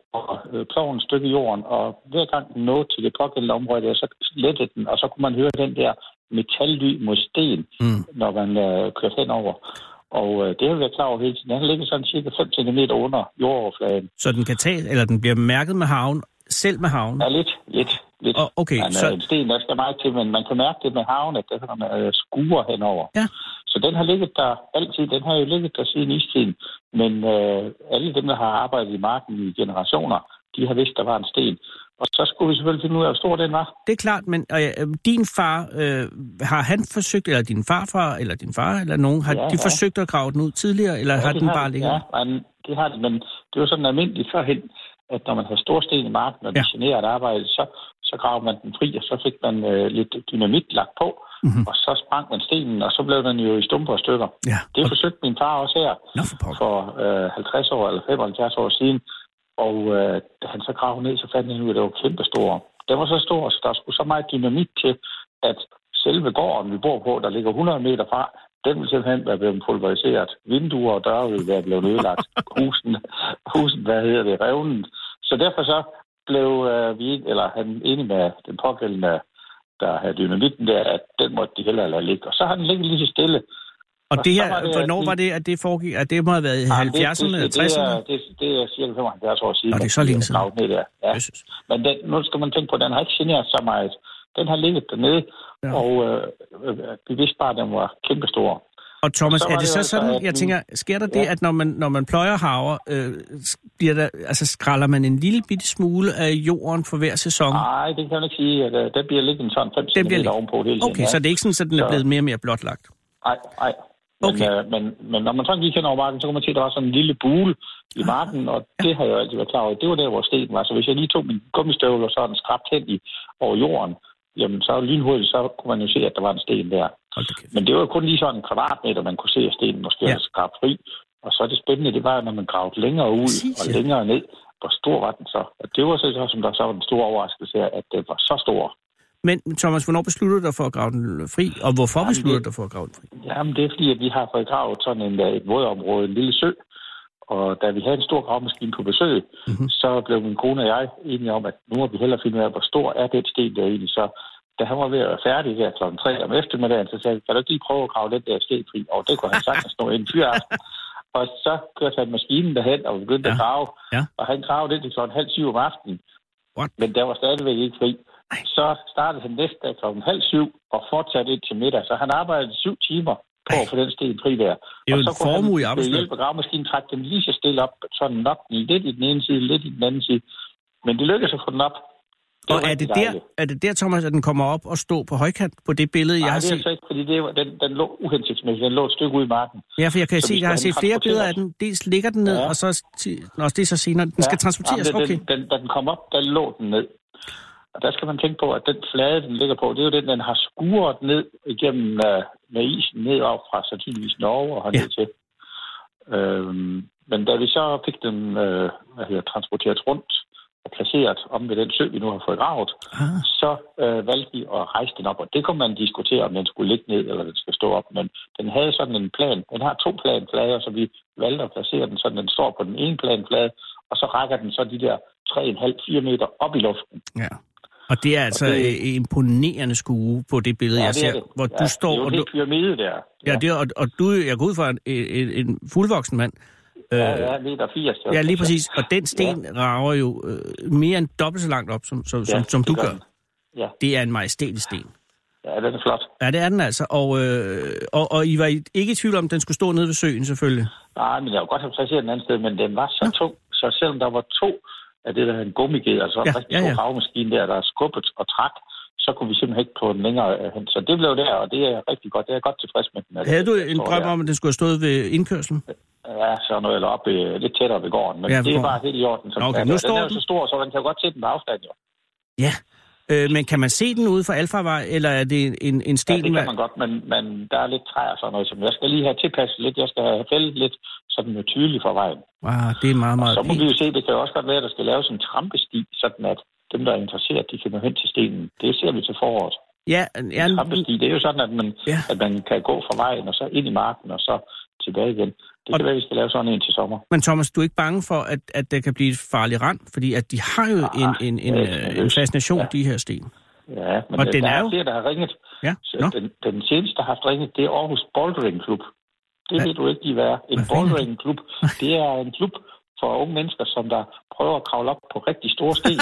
Speaker 6: øh, ploven et stykke i jorden, og hver gang den nåede til det pågældende område, så lettede den, og så kunne man høre den der metallyd mod sten,
Speaker 5: Mm.
Speaker 6: når man øh, kørte henover. Og øh, det har vi været klar over hele tiden. Den ligger sådan cirka fem centimeter under jordoverfladen.
Speaker 5: Så den kan tage, eller den bliver mærket med haven, selv med haven?
Speaker 6: Ja, lidt, lidt, lidt.
Speaker 5: Oh, okay,
Speaker 6: men,
Speaker 5: så...
Speaker 6: øh, en sten, der skal meget til, men man kan mærke det med haven, at der kan man øh, skure henover.
Speaker 5: Ja.
Speaker 6: Så den har ligget der altid. Den har jo ligget der siden istiden. Men øh, alle dem, der har arbejdet i marken i generationer, de har vidst, der var en sten. Og så skulle vi selvfølgelig finde ud af, hvor stor den var.
Speaker 5: Det er klart, men øh, din far, øh, har han forsøgt, eller din farfar, eller din far, eller nogen, har
Speaker 6: Ja,
Speaker 5: de
Speaker 6: ja.
Speaker 5: forsøgt at grave den ud tidligere, eller
Speaker 6: Ja,
Speaker 5: har
Speaker 6: det
Speaker 5: den
Speaker 6: har
Speaker 5: bare
Speaker 6: de.
Speaker 5: ligget?
Speaker 6: Ja, men det har det, men det var sådan almindeligt førhen, at når man har store sten i marken, og de
Speaker 5: Ja.
Speaker 6: generer et arbejde, så, så graver man den fri, og så fik man øh, lidt dynamit lagt på,
Speaker 5: Mhm.
Speaker 6: og så sprang man stenen, og så blev den jo i stumper og stykker.
Speaker 5: Ja.
Speaker 6: Det
Speaker 5: Og,
Speaker 6: forsøgte min far også her
Speaker 5: nå for pokker.
Speaker 6: for øh, halvtreds år eller femoghalvfjerds år siden, og øh, da han så gravede ned, så fandt han ud af, at det var kæmpestore. Den var så stor, så der skulle så meget dynamit til, at selve gården, vi bor på, der ligger hundrede meter fra, den ville simpelthen være blevet pulveriseret. Vinduer og døre ville være blevet ødelagt. Husen, husen, hvad hedder det, revnen. Så derfor så blev øh, vi, eller han enig med den pågældende, der havde dynamitten der, at den måtte de hellere lade ligge. Og så har den ligget lige så stille.
Speaker 5: Og
Speaker 6: Og
Speaker 5: det
Speaker 6: så
Speaker 5: her,
Speaker 6: var det,
Speaker 5: hvornår
Speaker 6: at
Speaker 5: var det, at det foregik? At det må have været i
Speaker 6: Ah,
Speaker 5: halvfjerdserne,
Speaker 6: det, det, det,
Speaker 5: tresserne?
Speaker 6: er, det, det er cirka femoghalvfjerds år siden.
Speaker 5: Nå, det er så længe siden.
Speaker 6: at de har gravet ned der. Ja.
Speaker 5: Jesus.
Speaker 6: Men den, nu skal man tænke på, at den har ikke generet så meget. Den har ligget dernede,
Speaker 5: Ja.
Speaker 6: ja. og øh, øh, vi vidste bare, at den var kæmpestor.
Speaker 5: Og Thomas,
Speaker 6: så
Speaker 5: er
Speaker 6: var
Speaker 5: det
Speaker 6: det
Speaker 5: så
Speaker 6: altså,
Speaker 5: sådan,
Speaker 6: at
Speaker 5: jeg
Speaker 6: min-
Speaker 5: tænker, sker der det,
Speaker 6: Ja.
Speaker 5: at når man, når man pløjer haver, øh, bliver der, altså skralder man en lille bitte smule af jorden for hver sæson?
Speaker 6: Nej, det kan man ikke sige. At, uh, den bliver liggende sådan fem
Speaker 5: Den bliver
Speaker 6: centimeter
Speaker 5: lig-
Speaker 6: ovenpå hele tiden.
Speaker 5: Okay, så det er ikke sådan, at den er
Speaker 6: Så-
Speaker 5: blevet mere og mere blotlagt?
Speaker 6: Nej, nej. Men,
Speaker 5: Okay.
Speaker 6: øh, men, men når man sådan gik hen over marken, så kunne man se, at der var sådan en lille bule i marken, og
Speaker 5: Ja.
Speaker 6: det har jeg jo altid været klar over. Det var der, hvor stenen var. Så hvis jeg lige tog min gummistøvle og sådan skrabt hen i over jorden, jamen så lynhurtigt, så kunne man jo se, at der var en sten der.
Speaker 5: Hold da kæft.
Speaker 6: Men det var jo kun lige sådan en kvadratmeter, man kunne se, at stenen måske
Speaker 5: Ja.
Speaker 6: ja. skrabt fri. Og så det spændende, det var, når man gravede længere ud
Speaker 5: Præcis,
Speaker 6: og
Speaker 5: ja.
Speaker 6: længere ned, hvor stor var den så. Og det var så, så som der så var den store overraskelse her, at den var så stor.
Speaker 5: Men Thomas, hvornår besluttede du dig for at grave den fri? Og hvorfor
Speaker 6: Jamen,
Speaker 5: besluttede
Speaker 6: det-
Speaker 5: du dig for at grave den fri?
Speaker 6: Jamen, det er fordi, at vi har fået gravet sådan en, et vådområde, en lille sø. Og da vi havde en stor gravemaskine på besøg,
Speaker 5: Mhm.
Speaker 6: mm-hmm. så blev min kone og jeg enige om, at nu må vi hellere finde ud af, hvor stor er den sten der egentlig. Så da han var ved at være færdig der klokken tre om eftermiddagen, så sagde jeg, kan du ikke lige prøve at grave den der sten fri? Og det kunne han sagtens nå en fyraften. Og så kørte han maskinen derhen og begyndte
Speaker 5: Ja.
Speaker 6: at grave.
Speaker 5: Ja.
Speaker 6: Og han gravede det til klokken halv syv om aftenen.
Speaker 5: What?
Speaker 6: Men der var stadigvæk ikke fri.
Speaker 5: Ej.
Speaker 6: Så startede han næste dag klokken halv syv og fortsatte ind til middag. Så han arbejdede syv timer på at få den sten fri der.
Speaker 5: Det er jo
Speaker 6: Og så
Speaker 5: en
Speaker 6: kunne
Speaker 5: formue i
Speaker 6: han ved
Speaker 5: arbejdsløn.
Speaker 6: hjælp af gravemaskinen trække den lige så stille op, sådan nok lidt i den ene side, lidt i den anden side. Men det lykkedes at få den op.
Speaker 5: Og
Speaker 6: var
Speaker 5: er
Speaker 6: rigtig
Speaker 5: det, der,
Speaker 6: dejligt.
Speaker 5: er det der, Thomas, at den kommer op og stå på højkant på det billede, jeg
Speaker 6: Nej,
Speaker 5: har
Speaker 6: det er
Speaker 5: set?
Speaker 6: altså ikke, fordi det var, den, den lå uhensigtsmæssigt. Den lå et stykke ude i marken.
Speaker 5: Ja, for jeg kan
Speaker 6: Så
Speaker 5: se,
Speaker 6: vi
Speaker 5: jeg har
Speaker 6: skal
Speaker 5: set
Speaker 6: have den
Speaker 5: flere billeder af
Speaker 6: transporteret.
Speaker 5: den. Dels ligger den ned,
Speaker 6: Ja.
Speaker 5: og så... Ti- Nå, det er så senere. Den skal transporteres,
Speaker 6: Jamen,
Speaker 5: okay.
Speaker 6: Den, den, den kom op, der lå den ned. Og der skal man tænke på, at den flade, den ligger på, det er jo den, den har skuret ned igennem uh, med isen ned op fra sandsynligvis Norge og herned ja. til. Øhm, men da vi så fik den uh, hvad hedder, transporteret rundt og placeret om ved den sø, vi nu har fået gravet, ah. så uh, valgte vi at rejse den op. Og det kunne man diskutere, om den skulle ligge ned, eller den skal stå op. Men den havde sådan en plan. Den har to planflader, så vi valgte at placere den, så den står på den ene planflade, og så rækker den så de der tre komma fem til fire meter op i luften.
Speaker 5: Ja. Og det er altså det, imponerende skue på det billede,
Speaker 6: ja,
Speaker 5: jeg ser, hvor
Speaker 6: ja,
Speaker 5: du står...
Speaker 6: det er jo
Speaker 5: og
Speaker 6: en
Speaker 5: du,
Speaker 6: pyramide der.
Speaker 5: Ja, ja det er, og, og du, jeg går ud fra en, en, en fuldvoksen mand.
Speaker 6: Ja, ja, meter firs.
Speaker 5: Ja, lige præcis. Og den sten ja. rager jo øh, mere end dobbelt så langt op, som, som, ja, som, som du gør.
Speaker 6: Ja.
Speaker 5: Det er en majestætisk sten.
Speaker 6: Ja, den er flot.
Speaker 5: Ja, det er den altså. Og, øh, og, og I var ikke i tvivl om, at den skulle stå nede ved søen, selvfølgelig?
Speaker 6: Nej, men jeg har godt have placeret den anden sted, men den var så ja. tung, så selvom der var to af det, der hedder en gummiged, altså ja, en rigtig ja, ja. stor gravemaskine der, der er skubbet og træk, så kunne vi simpelthen ikke på den længere hen. Så det blev der, og det er rigtig godt. Det er godt tilfreds med den.
Speaker 5: Havde du en drøm om, at den skulle have stået ved indkørslen?
Speaker 6: Ja, så noget eller op øh, lidt tættere ved gården. Men ja, det er bare helt i orden. Som
Speaker 5: okay,
Speaker 6: nu
Speaker 5: står
Speaker 6: den er jo så stor, så den kan jo godt se den på afstand, jo.
Speaker 5: Ja, øh, men kan man se den ude fra Alfarvej, eller er det en, en sten?
Speaker 6: Ja, det kan man godt, men, men der er lidt træer og sådan noget, som jeg skal lige have tilpasset lidt. Jeg skal have fældet lidt, så den er tydelig fra vejen.
Speaker 5: Wow, det er meget, meget
Speaker 6: og så må vi jo se, det kan jo også godt være, at der skal laves en trampesti, sådan at dem, der er interesseret, de kan nå hen til stenen. Det ser vi til foråret.
Speaker 5: Ja, ja,
Speaker 6: en trampesti, det er jo sådan, at man, ja. at man kan gå fra vejen, og så ind i marken, og så tilbage igen. Det kan og, være, at vi skal lave sådan en til sommer.
Speaker 5: Men Thomas, du er ikke bange for, at, at det kan blive et farligt rand? Fordi at de har jo ah, en, en, en, en fascination, ja. de her sten.
Speaker 6: Ja, men
Speaker 5: og
Speaker 6: det,
Speaker 5: den
Speaker 6: der
Speaker 5: er
Speaker 6: er
Speaker 5: jo...
Speaker 6: flere, der har ringet.
Speaker 5: Ja.
Speaker 6: Den, den seneste, der har haft ringet, det er Aarhus Bouldering Club. Det Hva? ved du ikke, de hvad er. En Bouldering Club, det er en klub for unge mennesker, som der prøver at kravle op på rigtig store sten.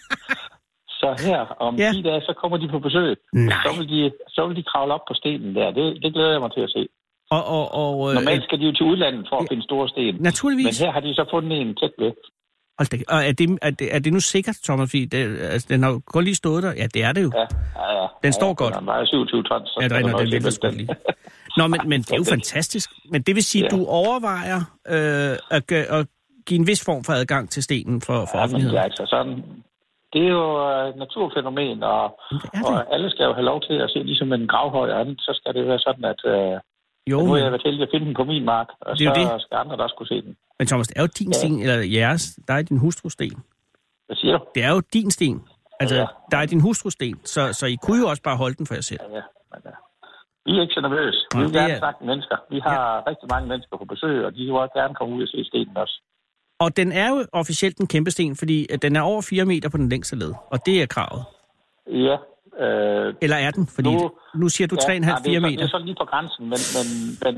Speaker 6: Så her om ja. ti dage, så kommer de på besøg. Så vil de, så vil de kravle op på stenen der. Det, det glæder jeg mig til at se.
Speaker 5: Og, og, og,
Speaker 6: normalt skal de jo til udlandet for at finde store sten.
Speaker 5: Naturligvis.
Speaker 6: Men her har de så fundet en tæt ved.
Speaker 5: Hold da, og er det, er, det, er det nu sikkert, Thomas? Fordi det, altså, den har jo kun lige stået der. Ja, det er det jo.
Speaker 6: Ja, ja, ja.
Speaker 5: Den står
Speaker 6: ja,
Speaker 5: godt.
Speaker 6: Den vejer syvogtyve tons. Så
Speaker 5: ja, det er noget, den vælter sgu lige. Nå, men, men det er jo fantastisk. Men det vil sige, at ja. du overvejer øh, at, at give en vis form for adgang til stenen for, for
Speaker 6: ja,
Speaker 5: offentligheden.
Speaker 6: Ja, altså sådan... Det er jo et uh, naturfænomen, og, og alle skal jo have lov til at se ligesom en gravhøj og andet. Så skal det være sådan, at... Uh, Jo, nu er jeg været heldig at finde den på min mark, og så det. skal andre, der skulle se den.
Speaker 5: Men Thomas, det er jo din ja. sten, eller jeres, der er din hustrusten.
Speaker 6: Hvad siger du?
Speaker 5: Det er jo din sten. Altså,
Speaker 6: ja, ja.
Speaker 5: der er din hustrusten, så, så I kunne jo også bare holde den for jer selv.
Speaker 6: Ja, ja. Men, ja. Vi er ikke så nervøse. Vi vil gerne er... snakke med mennesker. Vi har ja. rigtig mange mennesker på besøg, og de vil også gerne komme ud og se stenen også.
Speaker 5: Og den er jo officielt en kæmpe sten, fordi den er over fire meter på den længste led, og det er kravet.
Speaker 6: Ja. Øh,
Speaker 5: Eller er den? Fordi nu, nu siger du ja, tre komma fem til fire meter.
Speaker 6: Det er sådan lige på grænsen, men, men, men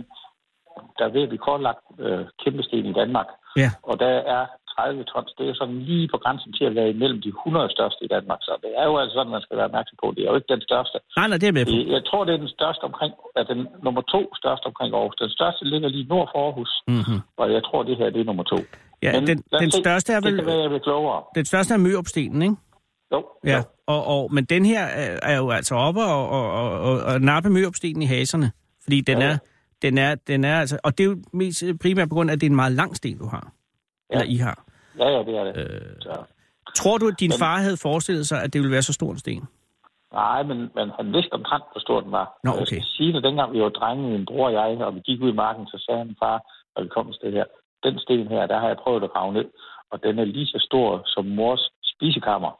Speaker 6: der er ved at blive kortlagt øh, kæmpe sten i Danmark.
Speaker 5: Ja.
Speaker 6: Og der er tredive tons. Det er sådan lige på grænsen til at være imellem de hundrede største i Danmark. Så det er jo altså sådan, man skal være opmærksom på. Det er jo ikke den største.
Speaker 5: Nej, nej, det er med på.
Speaker 6: Jeg tror, det er den største omkring, at den nummer to største omkring Aarhus. Den største ligger lige nord for Aarhus. Mm-hmm. Og jeg tror, det her det er nummer to.
Speaker 5: Ja, men den, den
Speaker 6: se,
Speaker 5: største er vel...
Speaker 6: Det kan være, jeg bliver klogere.
Speaker 5: Den største er Møopstenen, ikke?
Speaker 6: Jo.
Speaker 5: Ja,
Speaker 6: jo.
Speaker 5: Og, og, men den her er, er jo altså oppe og, og, og, og, og nappe Møopstenen i haserne. Fordi den, ja. er, den, er, den er altså... Og det er jo mest primært på grund af, at det er en meget lang sten, du har. Ja. Eller I har.
Speaker 6: Ja, ja, det er det.
Speaker 5: Øh, tror du, at din men, far havde forestillet sig, at det ville være så stor en sten?
Speaker 6: Nej, men, men han vidste omtrent, hvor stor den var.
Speaker 5: Nå, okay.
Speaker 6: Jeg skal sige det, dengang vi var drenge, min bror og jeg, og vi gik ud i marken, så sagde han, far, når vi kom til det her, den sten her, der har jeg prøvet at grave ned, og den er lige så stor som mors spisekammer.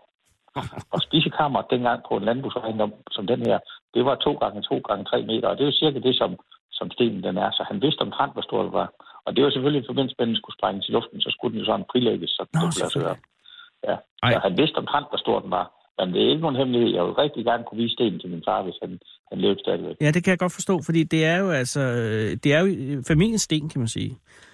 Speaker 6: Og spisekammer dengang på en landbrugsejendom som den her, det var to gange to gange tre meter, og det er jo cirka det, som, som stenen den er. Så han vidste omtrent, hvor stor det var. Og det var selvfølgelig i forbindelse med, at den skulle sprænges i luften, så skulle den jo sådan prilægges, så
Speaker 5: Nå,
Speaker 6: det blev så ja. Så han vidste omtrent, hvor stor den var. Men det er ikke nogen hemmelighed. Jeg ville rigtig gerne kunne vise stenen til min far, hvis han, han levede stadigvæk.
Speaker 5: Ja, det kan jeg godt forstå, fordi det er jo altså, det er jo familiens sten, kan man sige.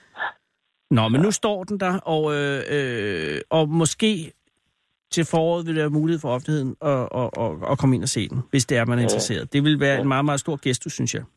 Speaker 5: Nå, men nu står den der, og, øh, øh, og måske til foråret vil der være mulighed for offentligheden at, at, at, at komme ind og se den, hvis det er, man er interesseret. Det vil være en meget, meget stor gestus, synes jeg.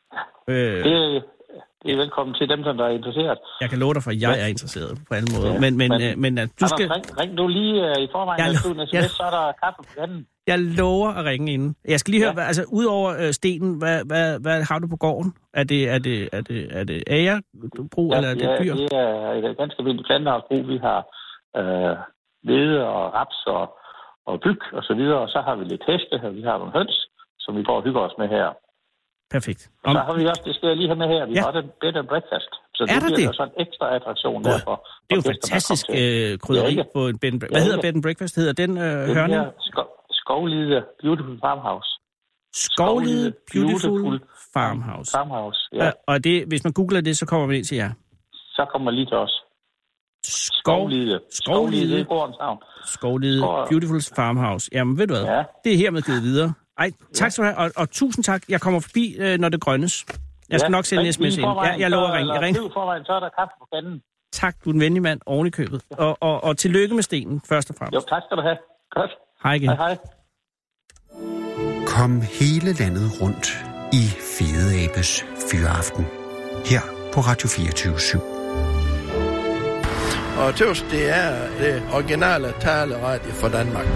Speaker 5: Øh,
Speaker 6: det, det er velkommen til dem, der er interesseret.
Speaker 5: Jeg kan love dig for, at jeg er interesseret på alle måder. Ja, men, men, men, øh, men at du skal...
Speaker 6: Ring, ring du lige uh, i forvejen, når du en sms, jeg... så er der kaffe på kanden.
Speaker 5: Jeg lover at ringe inden. Jeg skal lige høre, ja. hvad, altså udover øh, stenen, hvad, hvad, hvad har du på gården? Er det, er det, er det, er det agerbrug, ja, eller er det
Speaker 6: ja,
Speaker 5: dyr?
Speaker 6: det er et ganske vildt planteavlsbrug. Vi har øh, hvede og raps og, og bygge og så videre. Og så har vi lidt heste her, vi har nogle høns, som vi går og hygger os med her.
Speaker 5: Perfekt.
Speaker 6: Og så har vi også, det skal jeg lige have med her, vi ja. har den bed and breakfast. Så
Speaker 5: er
Speaker 6: det
Speaker 5: bliver
Speaker 6: det? Så en ekstra attraktion
Speaker 5: God.
Speaker 6: derfor.
Speaker 5: Det er jo fantastisk øh, krydderi ja, på en bed and breakfast. Hvad ja, hedder bed and breakfast? Hedder den øh, hørning?
Speaker 6: Sko- Skovlide Beautiful Farmhouse.
Speaker 5: Skovlide Beautiful, Beautiful Farmhouse.
Speaker 6: Farmhouse, ja.
Speaker 5: Og det, hvis man googler det, så kommer man ind til jer.
Speaker 6: Så kommer man lige til os.
Speaker 5: Skovlide.
Speaker 6: Skovlide, det er gårdens navn.
Speaker 5: Skovlide Beautiful Farmhouse. Jamen, ved du hvad? Ja. Det er hermed givet videre. Ej, tak skal du have, og, og tusind tak. Jeg kommer forbi, øh, når det grønnes. Jeg skal ja, nok sende en sms ind. Ja, jeg lover at ringe. Jeg ringer.
Speaker 6: Forvejen, så er der kaffe på kanden.
Speaker 5: Tak, du er en venlig mand oven i købet. Ja. Og, og, og tillykke med stenen, først og fremmest.
Speaker 6: Jo, tak skal du have. Godt.
Speaker 5: Hej igen.
Speaker 6: Hej, hej.
Speaker 3: Kom hele landet rundt i Fede Abes Fyraften. Her på Radio fireogtyve syv.
Speaker 7: Og tøvs, det er det originale taleradio for Danmark.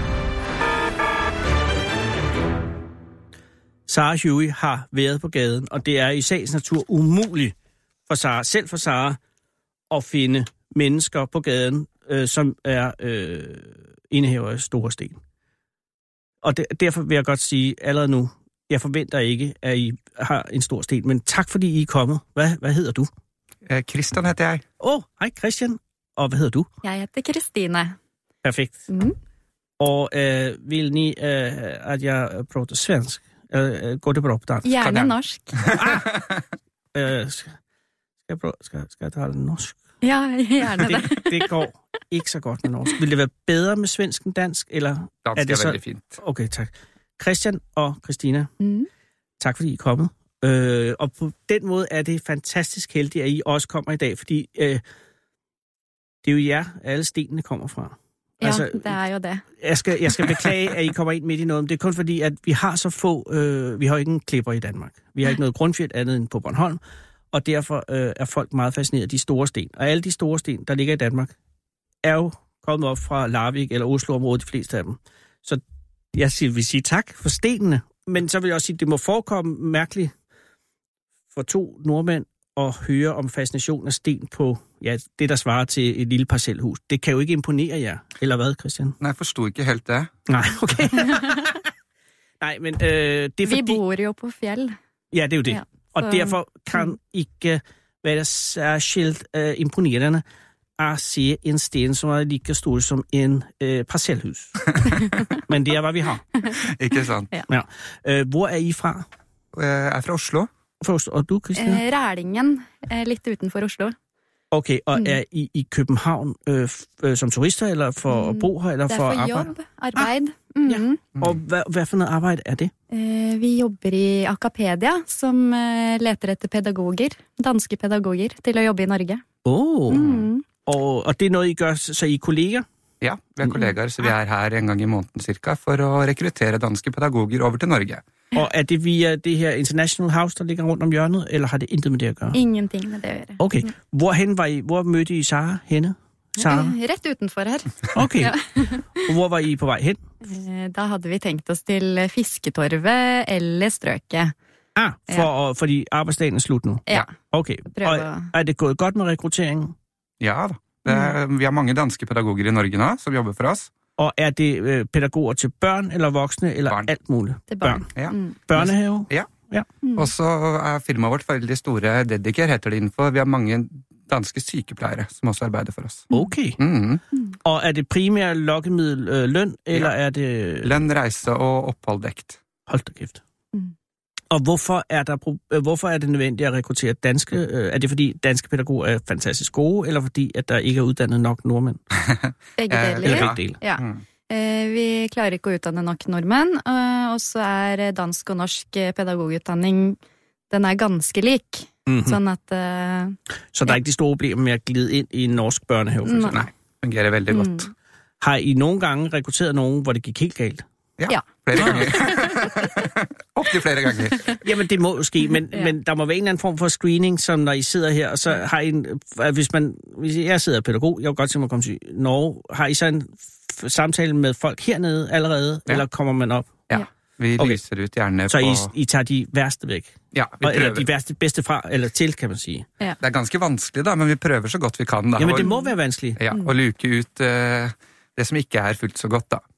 Speaker 5: Sarah Huey har været på gaden, og det er i sagens natur umuligt for Sarah, selv for Sarah, at finde mennesker på gaden, øh, som er øh, indehaver af store sten. Og der, derfor vil jeg godt sige allerede nu, jeg forventer ikke, at I har en stor sten, men tak fordi I er kommet. Hvad, hvad hedder du?
Speaker 8: Uh, Christian heter jeg.
Speaker 5: Åh, oh, hej Christian. Og hvad hedder du?
Speaker 9: Jeg heter Kristine.
Speaker 5: Perfekt. Mm. Og øh, vil ni, øh, at jeg prater svensk? Øh, går det bra på dansk?
Speaker 9: Gjerne norsk.
Speaker 5: ah! øh, skal, jeg prøve, skal, skal jeg tale norsk?
Speaker 9: Ja, gjerne det.
Speaker 5: det. Det går ikke så godt med norsk. Vil det være bedre med svensk end dansk? Eller
Speaker 8: dansk er, det er så... veldig fint.
Speaker 5: Okay, tak. Christian og Christina,
Speaker 9: mm.
Speaker 5: tak fordi I er kommet. Øh, og på den måde er det fantastisk heldigt, at I også kommer i dag, fordi øh, det er jo jer, alle stenene kommer fra.
Speaker 9: Ja, altså, det er jo det.
Speaker 5: Jeg skal, jeg skal beklage, at I kommer ind midt i noget, men det er kun fordi, at vi har så få, øh, vi har ikke en klipper i Danmark. Vi har ikke noget grundfjeld andet end på Bornholm, og derfor øh, er folk meget fascineret af de store sten. Og alle de store sten, der ligger i Danmark, er jo kommet op fra Larvik eller Oslo-området, de fleste af dem. Så jeg siger, vil sige tak for stenene, men så vil jeg også sige, at det må forekomme mærkeligt for to nordmænd at høre om fascinationen af sten på ja, det, der svarer til et lille parcelhus. Det kan jo ikke imponere jer, eller hvad, Christian?
Speaker 8: Nej, jeg forstod ikke helt det.
Speaker 5: Nej, okay. Nej, men øh, det er fordi...
Speaker 9: Vi bor jo på fjeld.
Speaker 5: Ja, det er jo det. Ja, og så... derfor kan mm. ikke være særskilt øh, imponerende at se en sten, som er lige stor som en øh, parcelhus. Men det er, hvad vi har.
Speaker 8: Ikke sant?
Speaker 5: Ja. Ja. Øh, hvor er I fra?
Speaker 8: Jeg er fra Oslo.
Speaker 5: Først, og du, Christina?
Speaker 9: Eh, Rælingen, eh, lidt utenfor Oslo.
Speaker 5: Okay, og mm. er I i København øh, f- øh, som turister, eller for at bo her, eller for at arbejde?
Speaker 9: Det er for jobb, arbejde. Ah, mm.
Speaker 5: Ja. Og hvad, hvad for noget arbejde er det?
Speaker 9: Eh, vi jobber i Acapedia, som eh, leter efter pædagoger, danske pædagoger, til at jobbe i Norge.
Speaker 5: Åh, oh. mm. og, og det er noget, I gør, så I er kolleger?
Speaker 8: Ja, vi er kollegaer, så vi er her en gang i måneden cirka, for at rekruttere danske pædagoger over til Norge.
Speaker 5: Og er det via det her International House, der ligger rundt om hjørnet, eller har det intet med det at gøre?
Speaker 9: Ingenting med det at gøre.
Speaker 5: Okay. Hvorhen var I, hvor mødte I Sarah henne? Sarah?
Speaker 9: Eh, Rett utenfor her.
Speaker 5: Okay. Ja. Og hvor var I på vej hen?
Speaker 9: Eh, da havde vi tænkt os til Fisketorvet eller Strøket.
Speaker 5: Ah, for, ja. fordi arbejdsdagen er slut nu?
Speaker 9: Ja.
Speaker 5: Okay. Og er det gået godt med rekrutteringen?
Speaker 8: Ja, det er, vi har mange danske pædagoger i Norge nu, som jobber for os.
Speaker 5: Og er det øh, pædagoger til børn eller voksne, eller
Speaker 8: børn.
Speaker 5: Alt muligt?
Speaker 9: Det er børn.
Speaker 8: børn. Ja.
Speaker 5: Mm. Børnehave?
Speaker 8: Ja. ja. Mm. Og så er firmaet vårt veldig store, Dedicare heter det innenfor. Vi har mange danske sykepleiere, som også arbejder for os.
Speaker 5: Okay. Mm. Mm. Og er det primært lokkemiddel øh, løn, eller ja. er det...
Speaker 8: Løn, rejse og ophold dækt.
Speaker 5: Hold da kæft. Mm. Og hvorfor er, der, øh, hvorfor er det nødvendigt at rekruttere danske? Øh, er det fordi danske pædagoger er fantastisk gode, eller fordi at der ikke er uddannet nok nordmænd?
Speaker 9: Begge deler.
Speaker 5: Eller begge dele.
Speaker 9: Ja. Mm. Uh, vi klarer ikke at uddanne nok nordmænd, uh, og så er dansk og norsk pædagogutdanning, den er ganske lik. Mm-hmm. Sådan at... Uh,
Speaker 5: så der er ja. ikke de store problemer med at glide ind i en norsk børnehave, for eksempel?
Speaker 8: Nej, fungerer veldig mm. godt.
Speaker 5: Har I nogle gange rekrutteret nogen, hvor det gik helt galt?
Speaker 8: Ja,
Speaker 9: ja.
Speaker 8: flere gange. Op til flere gange.
Speaker 5: Jamen, det må jo ske, men, ja. men der må være en eller anden form for screening, som når I sidder her, og så har I en... Hvis, man, hvis jeg sidder pædagog, jeg vil godt tænke mig at komme til Norge, har I så en f- samtale med folk hernede allerede, ja. eller kommer man op?
Speaker 8: Ja, vi okay. lyser ud gerne
Speaker 5: så
Speaker 8: på...
Speaker 5: Så I, I tager de værste væk?
Speaker 8: Ja, vi
Speaker 5: og, eller de værste, bedste fra, eller til, kan man sige?
Speaker 9: Ja.
Speaker 8: Det er ganske vanskeligt, da, men vi prøver så godt vi kan. Da.
Speaker 5: Jamen, det må være vanskeligt.
Speaker 8: Ja, og luke ut uh, det, som ikke er fuldt så godt, da.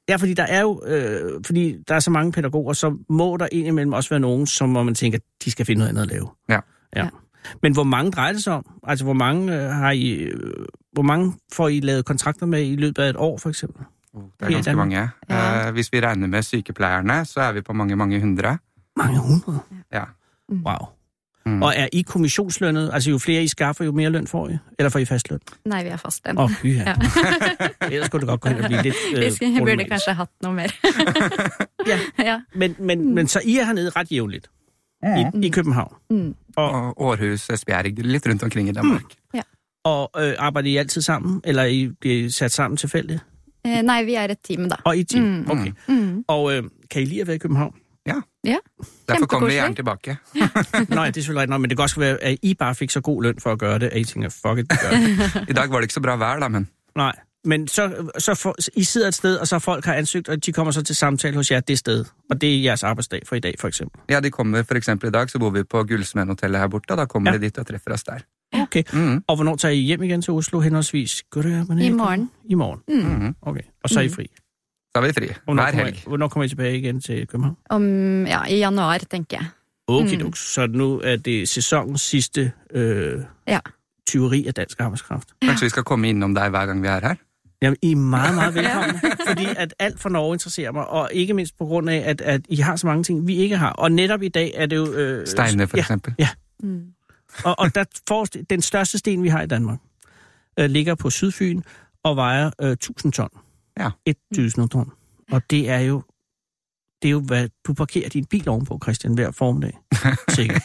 Speaker 5: Ja, fordi der er jo, øh, fordi der er så mange pædagoger, så må der indimellem også være nogen, som hvor man tænker, at de skal finde noget andet at lave.
Speaker 8: Ja.
Speaker 5: ja. ja. Men hvor mange drejer det sig om? Altså, hvor mange øh, har I, øh, hvor mange får I lavet kontrakter med i løbet af et år, for eksempel?
Speaker 8: Oh, det er ganske mange. Ja. Uh, hvis vi regner med sykepleierne, så er vi på mange, mange hundre.
Speaker 5: Mange hundrede?
Speaker 8: Ja.
Speaker 5: Wow. Mm. Og er I kommissionslønnet? Altså, jo flere I skaffer, jo mere løn får I? Eller får I fast løn?
Speaker 9: Nej, vi er fast løn.
Speaker 5: Åh, oh, ja. ja. Ellers skulle det godt gå hen og blive lidt øh,
Speaker 9: Vi burde kanskje haft noget mere.
Speaker 5: ja, ja. Men, men, mm. men så I er hernede ret jævnligt? Mm. I, I København?
Speaker 8: Mm. Og, og Aarhus, Esbjerg, lidt rundt omkring i Danmark. Mm.
Speaker 9: Ja.
Speaker 5: Og øh, arbejder I altid sammen? Eller I bliver sat sammen tilfældigt?
Speaker 9: Eh, nej, vi er et team, da.
Speaker 5: Og I et team? Mm. Okay.
Speaker 9: Mm.
Speaker 5: Og øh, kan I lide at være i København?
Speaker 8: Ja.
Speaker 9: Ja.
Speaker 8: Derfor kommer vi gerne tilbage.
Speaker 5: Ja. Nej, det er selvfølgelig ikke. Men det kan også være, at I bare fik så god løn for at gøre det, at I tænker, fuck it, det gør det.
Speaker 8: I dag var det ikke så bra vejr, da, men...
Speaker 5: Nej, men så, så for, I sidder et sted, og så folk har ansøgt, og de kommer så til samtale hos jer det sted. Og det er jeres arbejdsdag for i dag, for eksempel.
Speaker 8: Ja, de kommer for eksempel i dag, så bor vi på Guldsmedhotellet her borte, og der kommer ja. de dit og træffer os der.
Speaker 5: Okay. Mm-hmm. Og hvornår tager I hjem igen til Oslo henholdsvis? Gør det,
Speaker 9: I morgen.
Speaker 5: I morgen?
Speaker 8: Mm-hmm.
Speaker 5: Okay. Og så er I fri?
Speaker 8: Så er vi fri.
Speaker 5: Hvornår kommer, I, hvornår kommer I tilbage igen til København?
Speaker 9: Om, ja, i januar, tænker jeg.
Speaker 5: Okay, mm. Så nu er det sæsonens sidste øh,
Speaker 9: ja.
Speaker 5: tyveri af dansk arbejdskraft.
Speaker 8: Ja. Kanskje vi skal komme ind om dig, hver gang vi er her?
Speaker 5: Jamen, I er meget, meget velkomne, fordi at alt for Norge interesserer mig, og ikke mindst på grund af, at, at I har så mange ting, vi ikke har. Og netop i dag er det jo... Øh,
Speaker 8: Stenene, for
Speaker 5: ja,
Speaker 8: eksempel.
Speaker 5: Ja. Mm. Og, og der får, den største sten, vi har i Danmark, øh, ligger på Sydfyn og vejer øh, tusind ton.
Speaker 8: Ja.
Speaker 5: tusind ton. Og det er jo, det er jo, hvad du parkerer din bil ovenpå, Christian, hver formiddag. Sikkert.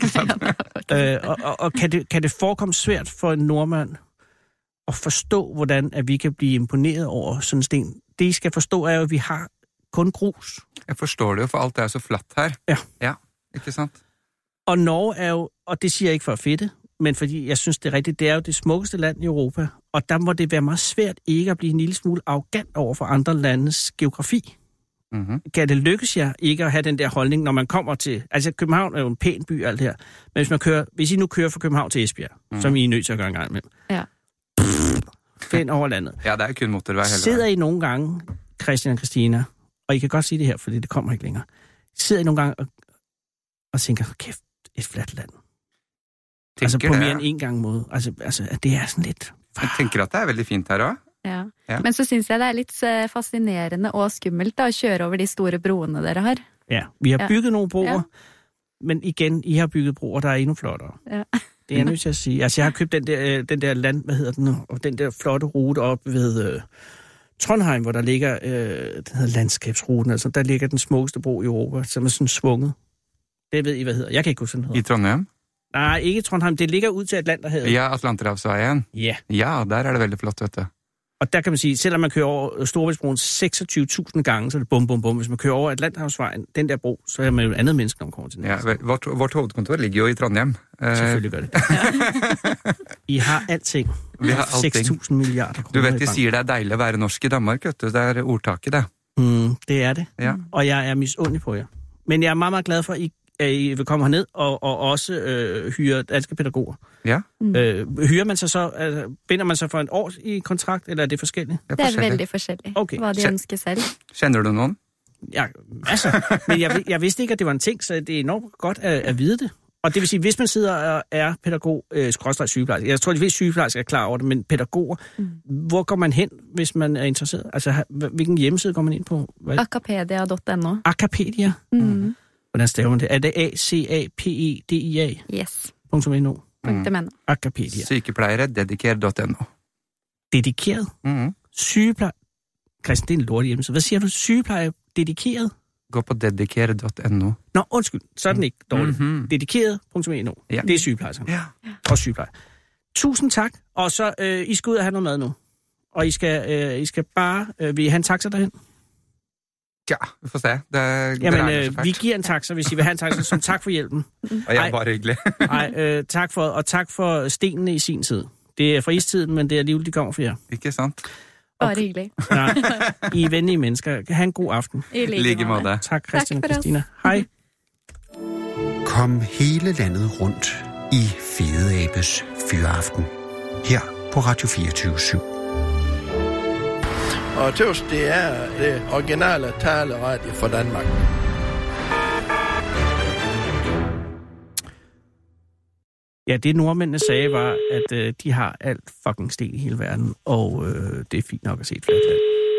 Speaker 5: øh, og og, og kan, det, kan det forekomme svært for en nordmand at forstå, hvordan at vi kan blive imponeret over sådan en sten? Det, I skal forstå, er jo, at vi har kun grus.
Speaker 8: Jeg forstår det jo, for alt er så fladt her.
Speaker 5: Ja.
Speaker 8: Ja, ikke sant?
Speaker 5: Og Norge er jo, og det siger jeg ikke for at fedte, men fordi jeg synes, det er rigtigt, det er jo det smukkeste land i Europa, og der må det være meget svært ikke at blive en lille smule arrogant over for andre landes geografi. Mm-hmm. Kan det lykkes jer ikke at have den der holdning, når man kommer til... Altså, København er jo en pæn by, alt det her. Men hvis man kører, hvis I nu kører fra København til Esbjerg, mm. som I er nødt til at gøre en gang med.
Speaker 9: Ja.
Speaker 5: Find over landet.
Speaker 8: Ja, der er kun motorvej heller.
Speaker 5: Sidder I nogle gange, Christian og Christina, og I kan godt sige det her, fordi det kommer ikke længere. Sidder I nogle gange og, og tænker, kæft, et fladt land. Tænker altså på mere end en gang måde. Altså, altså, at det er sådan lidt...
Speaker 8: Jeg tænker, at det er veldig fint her også.
Speaker 9: Ja. Ja. Men så synes jeg, det er lidt fascinerende og skummelt da, at køre over de store broene, dere har.
Speaker 5: Ja, vi har bygget ja. nogle broer, ja. Men igen, I har bygget broer, der er endnu flottere. Ja. Det er jeg nødt til at sige. Altså, jeg har købt den der, den der land, hvad hedder den nu, og den der flotte rute op ved øh, Trondheim, hvor der ligger, øh, den hedder landskabsruten, altså der ligger den smukkeste bro i Europa, som er sådan svunget. Det ved I, hvad hedder. Jeg kan ikke huske, den hedder.
Speaker 8: I Trondheim?
Speaker 5: Nej, ikke Trondheim. Det ligger ud til Atlanterhavet.
Speaker 8: Ja, Atlanterhavsvejen.
Speaker 5: Ja.
Speaker 8: Ja, der er det veldig flot, vet du.
Speaker 5: Og der kan man sige, selvom man kører over Storebæltsbroen seksogtyve tusind gange, så er det bum, bum, bum. Hvis man kører over Atlanterhavsvejen, den der bro, så er man jo et andet menneske, når man kommer til den.
Speaker 8: Ja, vort, vort hovedkontor ligger jo i Trondheim.
Speaker 5: Selvfølgelig gør det. I har alting.
Speaker 8: Vi har alting.
Speaker 5: seks tusind milliarder kroner.
Speaker 8: Du vet, de siger, det er dejligt at være norsk i Danmark, vet du. Det er ordtaket, det.
Speaker 5: Mm, det er det.
Speaker 8: Ja.
Speaker 5: Og jeg er misundelig på jer. Men jeg er meget, meget glad for, at I at I vil komme herned og, og også øh, hyre danske pædagoger.
Speaker 8: Ja.
Speaker 5: Mm. Øh, hyrer man sig så, altså, binder man sig for en år i kontrakt, eller er det forskelligt?
Speaker 9: Det er, det er veldig forskelligt,
Speaker 5: okay.
Speaker 9: Hvad de ønsker selv.
Speaker 8: Kender du nogen?
Speaker 5: Ja, altså, men jeg, jeg vidste ikke, at det var en ting, så det er enormt godt at, at vide det. Og det vil sige, hvis man sidder og er pædagog, øh, skråstreg sygeplejerske, jeg tror, de fleste sygeplejersker er klar over det, men pædagoger, mm. hvor går man hen, hvis man er interesseret? Altså, hvilken hjemmeside går man ind på?
Speaker 9: Acapedia punktum no.
Speaker 5: Acapedia?
Speaker 9: Mm.
Speaker 5: Hvordan staver man det? Er det A C A P E D I A?
Speaker 9: Yes.
Speaker 5: Punktum no.
Speaker 9: Mm.
Speaker 5: Acapedia.
Speaker 8: Sykepleiere, dedikeret punktum no.
Speaker 5: Dedikeret?
Speaker 8: Mm.
Speaker 5: Sygeplejer... Christian, det er en lort hjemmeside. Hvad siger du? Sygeplejer dedikeret?
Speaker 8: Gå på dedikeret punktum no.
Speaker 5: Nå, undskyld. Så er den ikke dårligt.
Speaker 8: Mm-hmm.
Speaker 5: Dedikeret punktum no. Ja. Det er sygeplejersker.
Speaker 8: Ja.
Speaker 5: Og sygeplejer. Tusind tak. Og så, øh, I skal ud og have noget mad nu. Og I skal, øh, I skal bare... Øh, vil I have en taxa derhen?
Speaker 8: Ja, vi får se. Det,
Speaker 5: Jamen, øh, vi giver en taxa, hvis I vil have en taxa, som tak for hjælpen.
Speaker 8: Og jeg er bare hyggelig.
Speaker 5: Nej, øh, tak for, og tak for stenene i sin tid. Det er fra istiden, men det er alligevel, de kommer for jer.
Speaker 8: Ikke sant?
Speaker 9: Bare hyggelig.
Speaker 5: Ja, I er venlige mennesker. Ha' en god aften.
Speaker 9: I lige måde.
Speaker 5: Tak, Christian og Christina. Hej.
Speaker 3: Kom hele landet rundt i Fede Abes Fyraften. Her på Radio fireogtyve syv.
Speaker 7: Og jeg tøvs, det er det originale taleradio for Danmark.
Speaker 5: Ja, det nordmændene sagde var, at øh, de har alt fucking sten i hele verden, og øh, det er fint nok at se et flertal.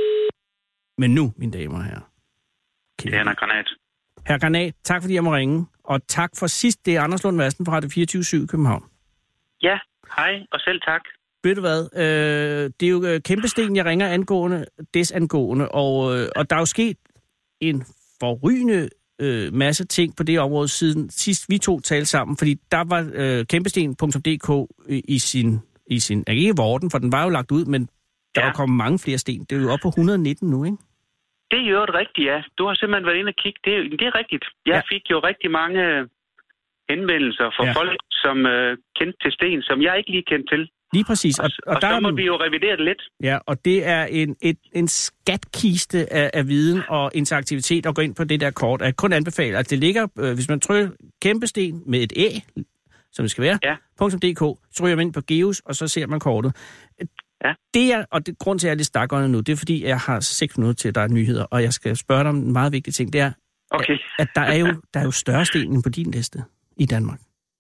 Speaker 5: Men nu, mine damer og herrer.
Speaker 10: Okay. Det er Anna Granat.
Speaker 5: Herr Granat, tak fordi jeg må ringe, og tak for sidst. Det er Anders Lund Madsen fra Radio fireogtyve syv i København.
Speaker 10: Ja, hej, og selv tak.
Speaker 5: Ved du hvad, øh, det er jo øh, kæmpesten, jeg ringer angående, desangående, og, øh, og der er jo sket en forrygende øh, masse ting på det område siden sidst vi to talte sammen, fordi der var øh, kæmpesten punktum d k i sin, i sin, ikke Vorden, for den var jo lagt ud, men der ja. er kommet mange flere sten. Det er jo oppe på et hundrede og nitten nu, ikke?
Speaker 10: Det er jo et rigtigt, ja. Du har simpelthen været inde og kigge. Det, det er rigtigt. Jeg ja. fik jo rigtig mange henvendelser fra ja. folk, som øh, kendte til sten, som jeg ikke lige kendte til.
Speaker 5: Lige præcis. Og,
Speaker 10: og, og, og der så må vi jo revidere det lidt.
Speaker 5: Ja, og det er en, et, en skatkiste af, af viden og interaktivitet at gå ind på det der kort. Jeg kun anbefaler, at det ligger, øh, hvis man trykker kæmpesten med et æ, som det skal være,
Speaker 10: ja.
Speaker 5: .dk, så ryger man ind på Geos, og så ser man kortet.
Speaker 10: Ja.
Speaker 5: Det er, og det grund til, at jeg er lidt stakåndet nu, det er, fordi jeg har seks minutter til, at der er nyheder, og jeg skal spørge dig om en meget vigtig ting. Det er,
Speaker 10: okay.
Speaker 5: at, at der, er jo, der er jo større sten end på din liste i Danmark.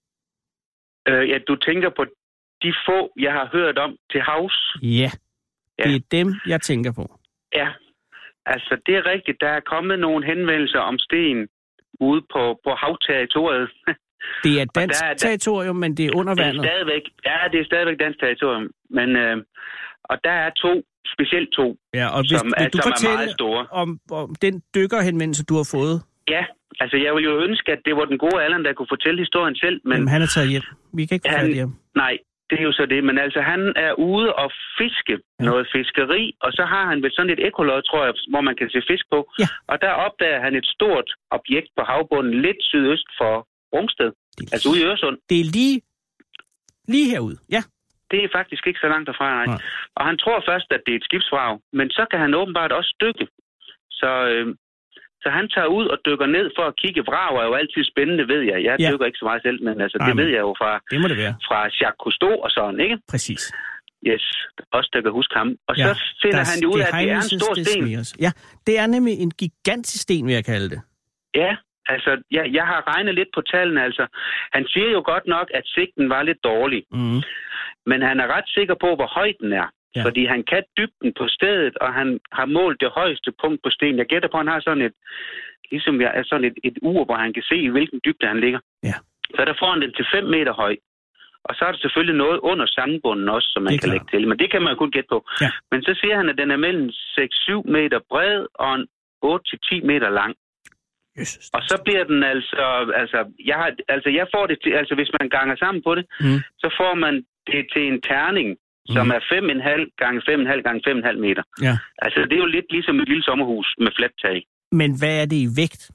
Speaker 10: Øh, ja, du tænker på de få, jeg har hørt om til havs?
Speaker 5: Ja, ja. Det er dem, jeg tænker på.
Speaker 10: Ja, altså det er rigtigt. Der er kommet nogle henvendelser om sten ude på, på havterritoriet.
Speaker 5: Det er dansk der er, der, territorium, men det er under vandet.
Speaker 10: Det er stadigvæk, ja, det er stadigvæk dansk territorium. Men, øh, og der er to, specielt to,
Speaker 5: ja, og hvis,
Speaker 10: som, er,
Speaker 5: du
Speaker 10: som er meget store.
Speaker 5: Om, om den dykkerhenvendelse, du har fået?
Speaker 10: Ja, altså jeg ville jo ønske, at det var den gode Allan, der kunne fortælle historien selv. Men
Speaker 5: Jamen, han er taget hjem. Vi kan ikke få fat hjem.
Speaker 10: Nej, det er jo så det. Men altså, han er ude og fiske ja. noget fiskeri, og så har han vel sådan et ekolod, tror jeg, hvor man kan se fisk på.
Speaker 5: Ja.
Speaker 10: Og der opdager han et stort objekt på havbunden, lidt sydøst for Rungsted. Altså ude i Øresund.
Speaker 5: Det er lige, lige herude, ja.
Speaker 10: Det er faktisk ikke så langt derfra, nej.
Speaker 5: nej.
Speaker 10: Og han tror først, at det er et skibsvrag, men så kan han åbenbart også dykke. Så, øh, så han tager ud og dykker ned for at kigge. Vrag er jo altid spændende, ved jeg. Jeg ja. dykker ikke så meget selv, men altså, nej, det ved jeg jo fra,
Speaker 5: det må det være.
Speaker 10: fra Jacques Cousteau og sådan, ikke?
Speaker 5: Præcis.
Speaker 10: Yes, også der kan huske ham. Og ja, så finder han jo ud af, at det er en stor sten.
Speaker 5: Ja, det er nemlig en gigantisk sten, vil jeg kalde det.
Speaker 10: Ja, altså, jeg, jeg har regnet lidt på tallene, altså. Han siger jo godt nok, at sigten var lidt dårlig.
Speaker 5: Mm.
Speaker 10: Men han er ret sikker på, hvor høj den er. Ja. Fordi han kan dybden på stedet, og han har målt det højeste punkt på stenen. Jeg gætter på, at han har sådan et, ligesom jeg, sådan et, et ur, hvor han kan se, i hvilken dybde han ligger.
Speaker 5: Ja.
Speaker 10: Så der får han den til fem meter høj. Og så er der selvfølgelig noget under sandbunden også, som man kan klar. lægge til. Men det kan man kun gætte på.
Speaker 5: Ja.
Speaker 10: Men så siger han, at den er mellem seks til syv meter bred og en otte til ti meter lang.
Speaker 5: Jesus,
Speaker 10: og så bliver den altså, altså jeg, har, altså, jeg får det til, altså hvis man ganger sammen på det,
Speaker 5: mm.
Speaker 10: så får man det til en terning, mm. som er fem komma fem gange fem komma fem gange fem komma fem meter.
Speaker 5: Ja.
Speaker 10: Altså det er jo lidt ligesom et lille sommerhus med fladt tag.
Speaker 5: Men hvad er det i vægt?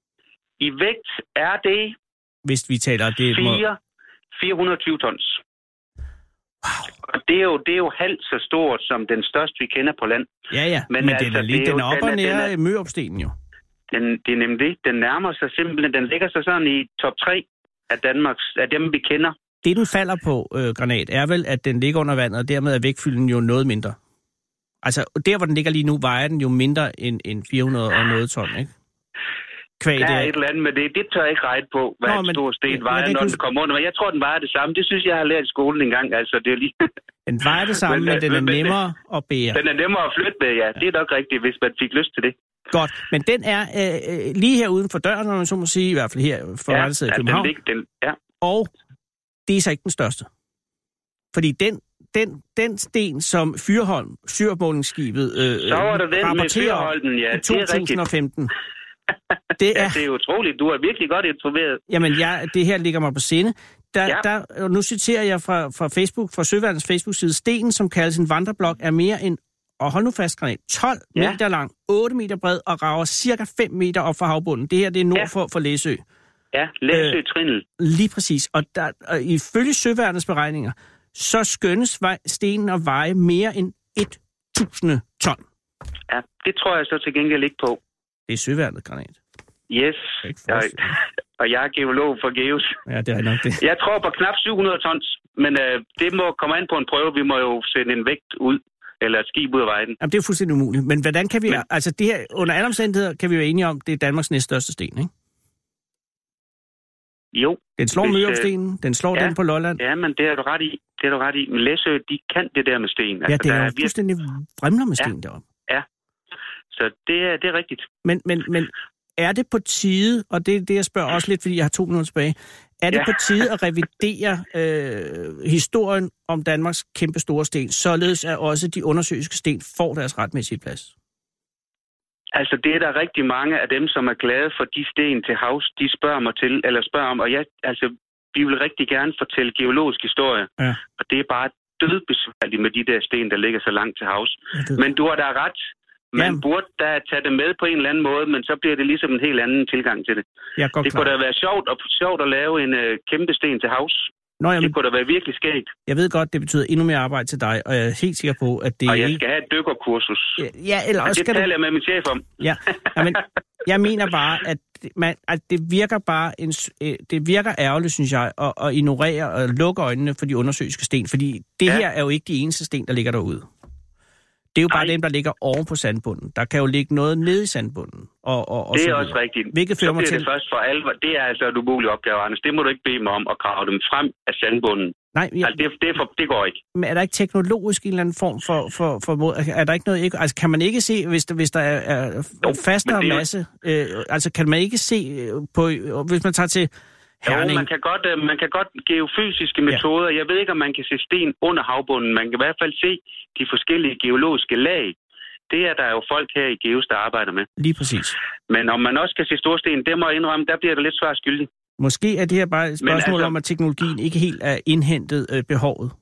Speaker 10: I vægt er det...
Speaker 5: Hvis vi taler... det
Speaker 10: fire hundrede og tyve tons.
Speaker 5: Wow.
Speaker 10: Og det er, jo, det er jo halvt så stort som den største, vi kender på land.
Speaker 5: Ja, ja, men, men altså, den er, lige, den er op og nær Møopstenen jo.
Speaker 10: Den, det er nemlig det. Den nærmer sig simpelthen, den ligger sig sådan i top tre af Danmarks, af dem vi kender.
Speaker 5: Det den falder på, øh, Granat, er vel, at den ligger under vandet, og dermed er vægtfylden jo noget mindre. Altså, der hvor den ligger lige nu, vejer den jo mindre end, end fire hundrede og noget ton, ikke?
Speaker 10: Kvæg, der er et eller andet med det. Det tør jeg ikke regne på, hvad Nå, en stor sten vejer, når den kommer under. Men jeg tror, den vejer det samme. Det synes jeg, har lært i skolen engang. Altså, det er lige...
Speaker 5: Den vejer det samme, men, men den er men, nemmere at bære.
Speaker 10: Den er nemmere at flytte med, ja. Det er nok rigtigt, hvis man fik lyst til det.
Speaker 5: Godt, men den er øh, lige her uden for døren, når man så må sige, i hvert fald her for
Speaker 10: ja,
Speaker 5: rettet i København.
Speaker 10: Den, den, ja.
Speaker 5: Og det er så ikke den største. Fordi den, den, den sten, som Fyrholm, syremålingsskibet, øh,
Speaker 10: så var der den med Fyrholmen, ja.
Speaker 5: i to tusind og femten.
Speaker 10: Det er, ja, det er utroligt. Du er virkelig godt informeret.
Speaker 5: Jamen, jeg, det her ligger mig på sinde. Der,
Speaker 10: ja.
Speaker 5: der, nu citerer jeg fra, fra Facebook, fra Søværnets Facebook-side. Stenen, som kaldes en vandreblok, er mere end, og hold nu fast, Granat, tolv ja. meter lang, otte meter bred og rager cirka fem meter op fra havbunden. Det her, det er nord ja. for, for Læsø.
Speaker 10: Ja, Læsø øh, Trindel.
Speaker 5: Lige præcis. Og, der, og ifølge Søværnets beregninger, så skønnes vej, stenen at veje mere end tusind ton.
Speaker 10: Ja, det tror jeg så til gengæld ikke på.
Speaker 5: Det er Søværnet, Granat.
Speaker 10: Yes, jeg, og jeg er geolog for Geos.
Speaker 5: Ja, det er nok det.
Speaker 10: Jeg tror på knap syv hundrede tons, men øh, det må komme an på en prøve. Vi må jo sende en vægt ud eller et skib ud af vejen.
Speaker 5: Jamen, det er jo fuldstændig umuligt. Men hvordan kan vi... Men, altså, det her, under alle omstændigheder kan vi være enige om, det er Danmarks næststørste sten, ikke?
Speaker 10: Jo.
Speaker 5: Den slår Mørup-stenen, den slår
Speaker 10: ja,
Speaker 5: den på Lolland.
Speaker 10: Ja, men det er du ret i. Det er du ret i. Men Læsø, de kan det der med sten.
Speaker 5: Altså, ja, det er jo
Speaker 10: er
Speaker 5: fuldstændig vrimler med sten
Speaker 10: ja,
Speaker 5: deroppe.
Speaker 10: Ja, så det er, det er rigtigt.
Speaker 5: Men, men, men er det på tide, og det er det, jeg spørger også lidt, fordi jeg har to minutter tilbage, er det ja. på tide at revidere øh, historien om Danmarks kæmpe store sten, således at også de undersøiske sten får deres retmæssige plads?
Speaker 10: Altså, det er der rigtig mange af dem, som er glade for de sten til havs, de spørger mig til, eller spørger om, og jeg, altså, vi vil rigtig gerne fortælle geologisk historie,
Speaker 5: ja.
Speaker 10: og det er bare dødbesværligt med de der sten, der ligger så langt til havs. Men du har da ret. Man Jamen. burde da tage det med på en eller anden måde, men så bliver det ligesom en helt anden tilgang til det. Det kunne da være sjovt, og, sjovt at lave en uh, kæmpe sten til havs.
Speaker 5: Nå, jamen,
Speaker 10: det kunne da være virkelig skægt.
Speaker 5: Jeg ved godt, det betyder endnu mere arbejde til dig, og jeg er helt sikker på, at det
Speaker 10: Og jeg
Speaker 5: ikke...
Speaker 10: skal have et dykkerkursus.
Speaker 5: Ja, ja eller også
Speaker 10: det
Speaker 5: skal
Speaker 10: taler
Speaker 5: du...
Speaker 10: jeg med min chef om.
Speaker 5: Ja, ja men jeg mener bare, at, man, at det virker bare en, det virker ærgerligt, synes jeg, at, at ignorere og lukke øjnene for de undersøiske sten, fordi det ja. her er jo ikke de eneste sten, der ligger derude. Det er jo bare Ej. dem, der ligger oven på sandbunden. Der kan jo ligge noget nede i sandbunden. Og, og, og
Speaker 10: det er
Speaker 5: så
Speaker 10: også rigtigt.
Speaker 5: Hvilket
Speaker 10: så bliver
Speaker 5: til...
Speaker 10: det først for alvor. Det er altså en umulig opgave, Anders. Det må du ikke bede mig om at grave dem frem af sandbunden.
Speaker 5: Nej, jeg...
Speaker 10: altså, det, det, er for, det går ikke.
Speaker 5: Men er der ikke teknologisk en eller anden form for... for, for måde? Er der ikke noget... Altså, kan man ikke se, hvis der, hvis der er, er jo, fastere masse... Øh, altså, kan man ikke se på... Hvis man tager til...
Speaker 10: Jo, man kan godt, man kan godt geofysiske metoder. Ja. Jeg ved ikke, om man kan se sten under havbunden. Man kan i hvert fald se de forskellige geologiske lag. Det er der jo folk her i Geos, der arbejder med.
Speaker 5: Lige præcis.
Speaker 10: Men om man også kan se storsten, det må jeg indrømme, der bliver det lidt svært skyldig.
Speaker 5: Måske er det her bare et spørgsmål altså, om, at teknologien ikke helt er indhentet øh, behovet.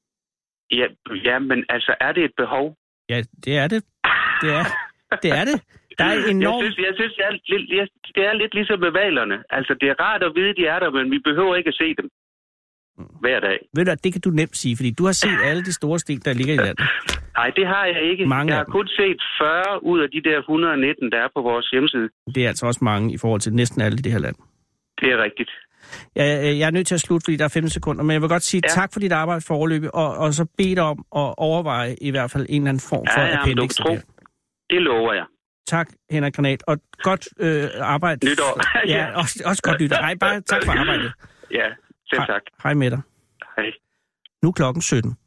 Speaker 10: Ja, ja, men altså, er det et behov?
Speaker 5: Ja, det er det. Det er det. Er det. Der er enormt...
Speaker 10: Jeg synes, jeg synes det, er lidt, det er lidt ligesom med hvalerne. Altså, det er rart at vide, de er der, men vi behøver ikke at se dem hver dag.
Speaker 5: Ved du, det kan du nemt sige, fordi du har set alle de store sten, der ligger i landet.
Speaker 10: Nej, det har jeg ikke.
Speaker 5: Mange
Speaker 10: jeg har kun set fyrre ud af de der et hundrede og nitten, der er på vores hjemmeside.
Speaker 5: Det er altså også mange i forhold til næsten alle i det her land.
Speaker 10: Det er rigtigt.
Speaker 5: Jeg, jeg er nødt til at slutte, fordi der er femten sekunder, men jeg vil godt sige ja. tak for dit arbejde foreløbig, og, og så bede dig om at overveje i hvert fald en eller anden form for
Speaker 10: ja, ja,
Speaker 5: appendix.
Speaker 10: Tro. Det lover jeg.
Speaker 5: Tak, Henrik Granat, og godt øh, arbejde.
Speaker 10: Nytår.
Speaker 5: ja, også, også godt nytår. Nej, bare tak for arbejdet.
Speaker 10: Ja, selv tak.
Speaker 5: Hej med dig.
Speaker 10: Hej.
Speaker 5: Nu klokken sytten.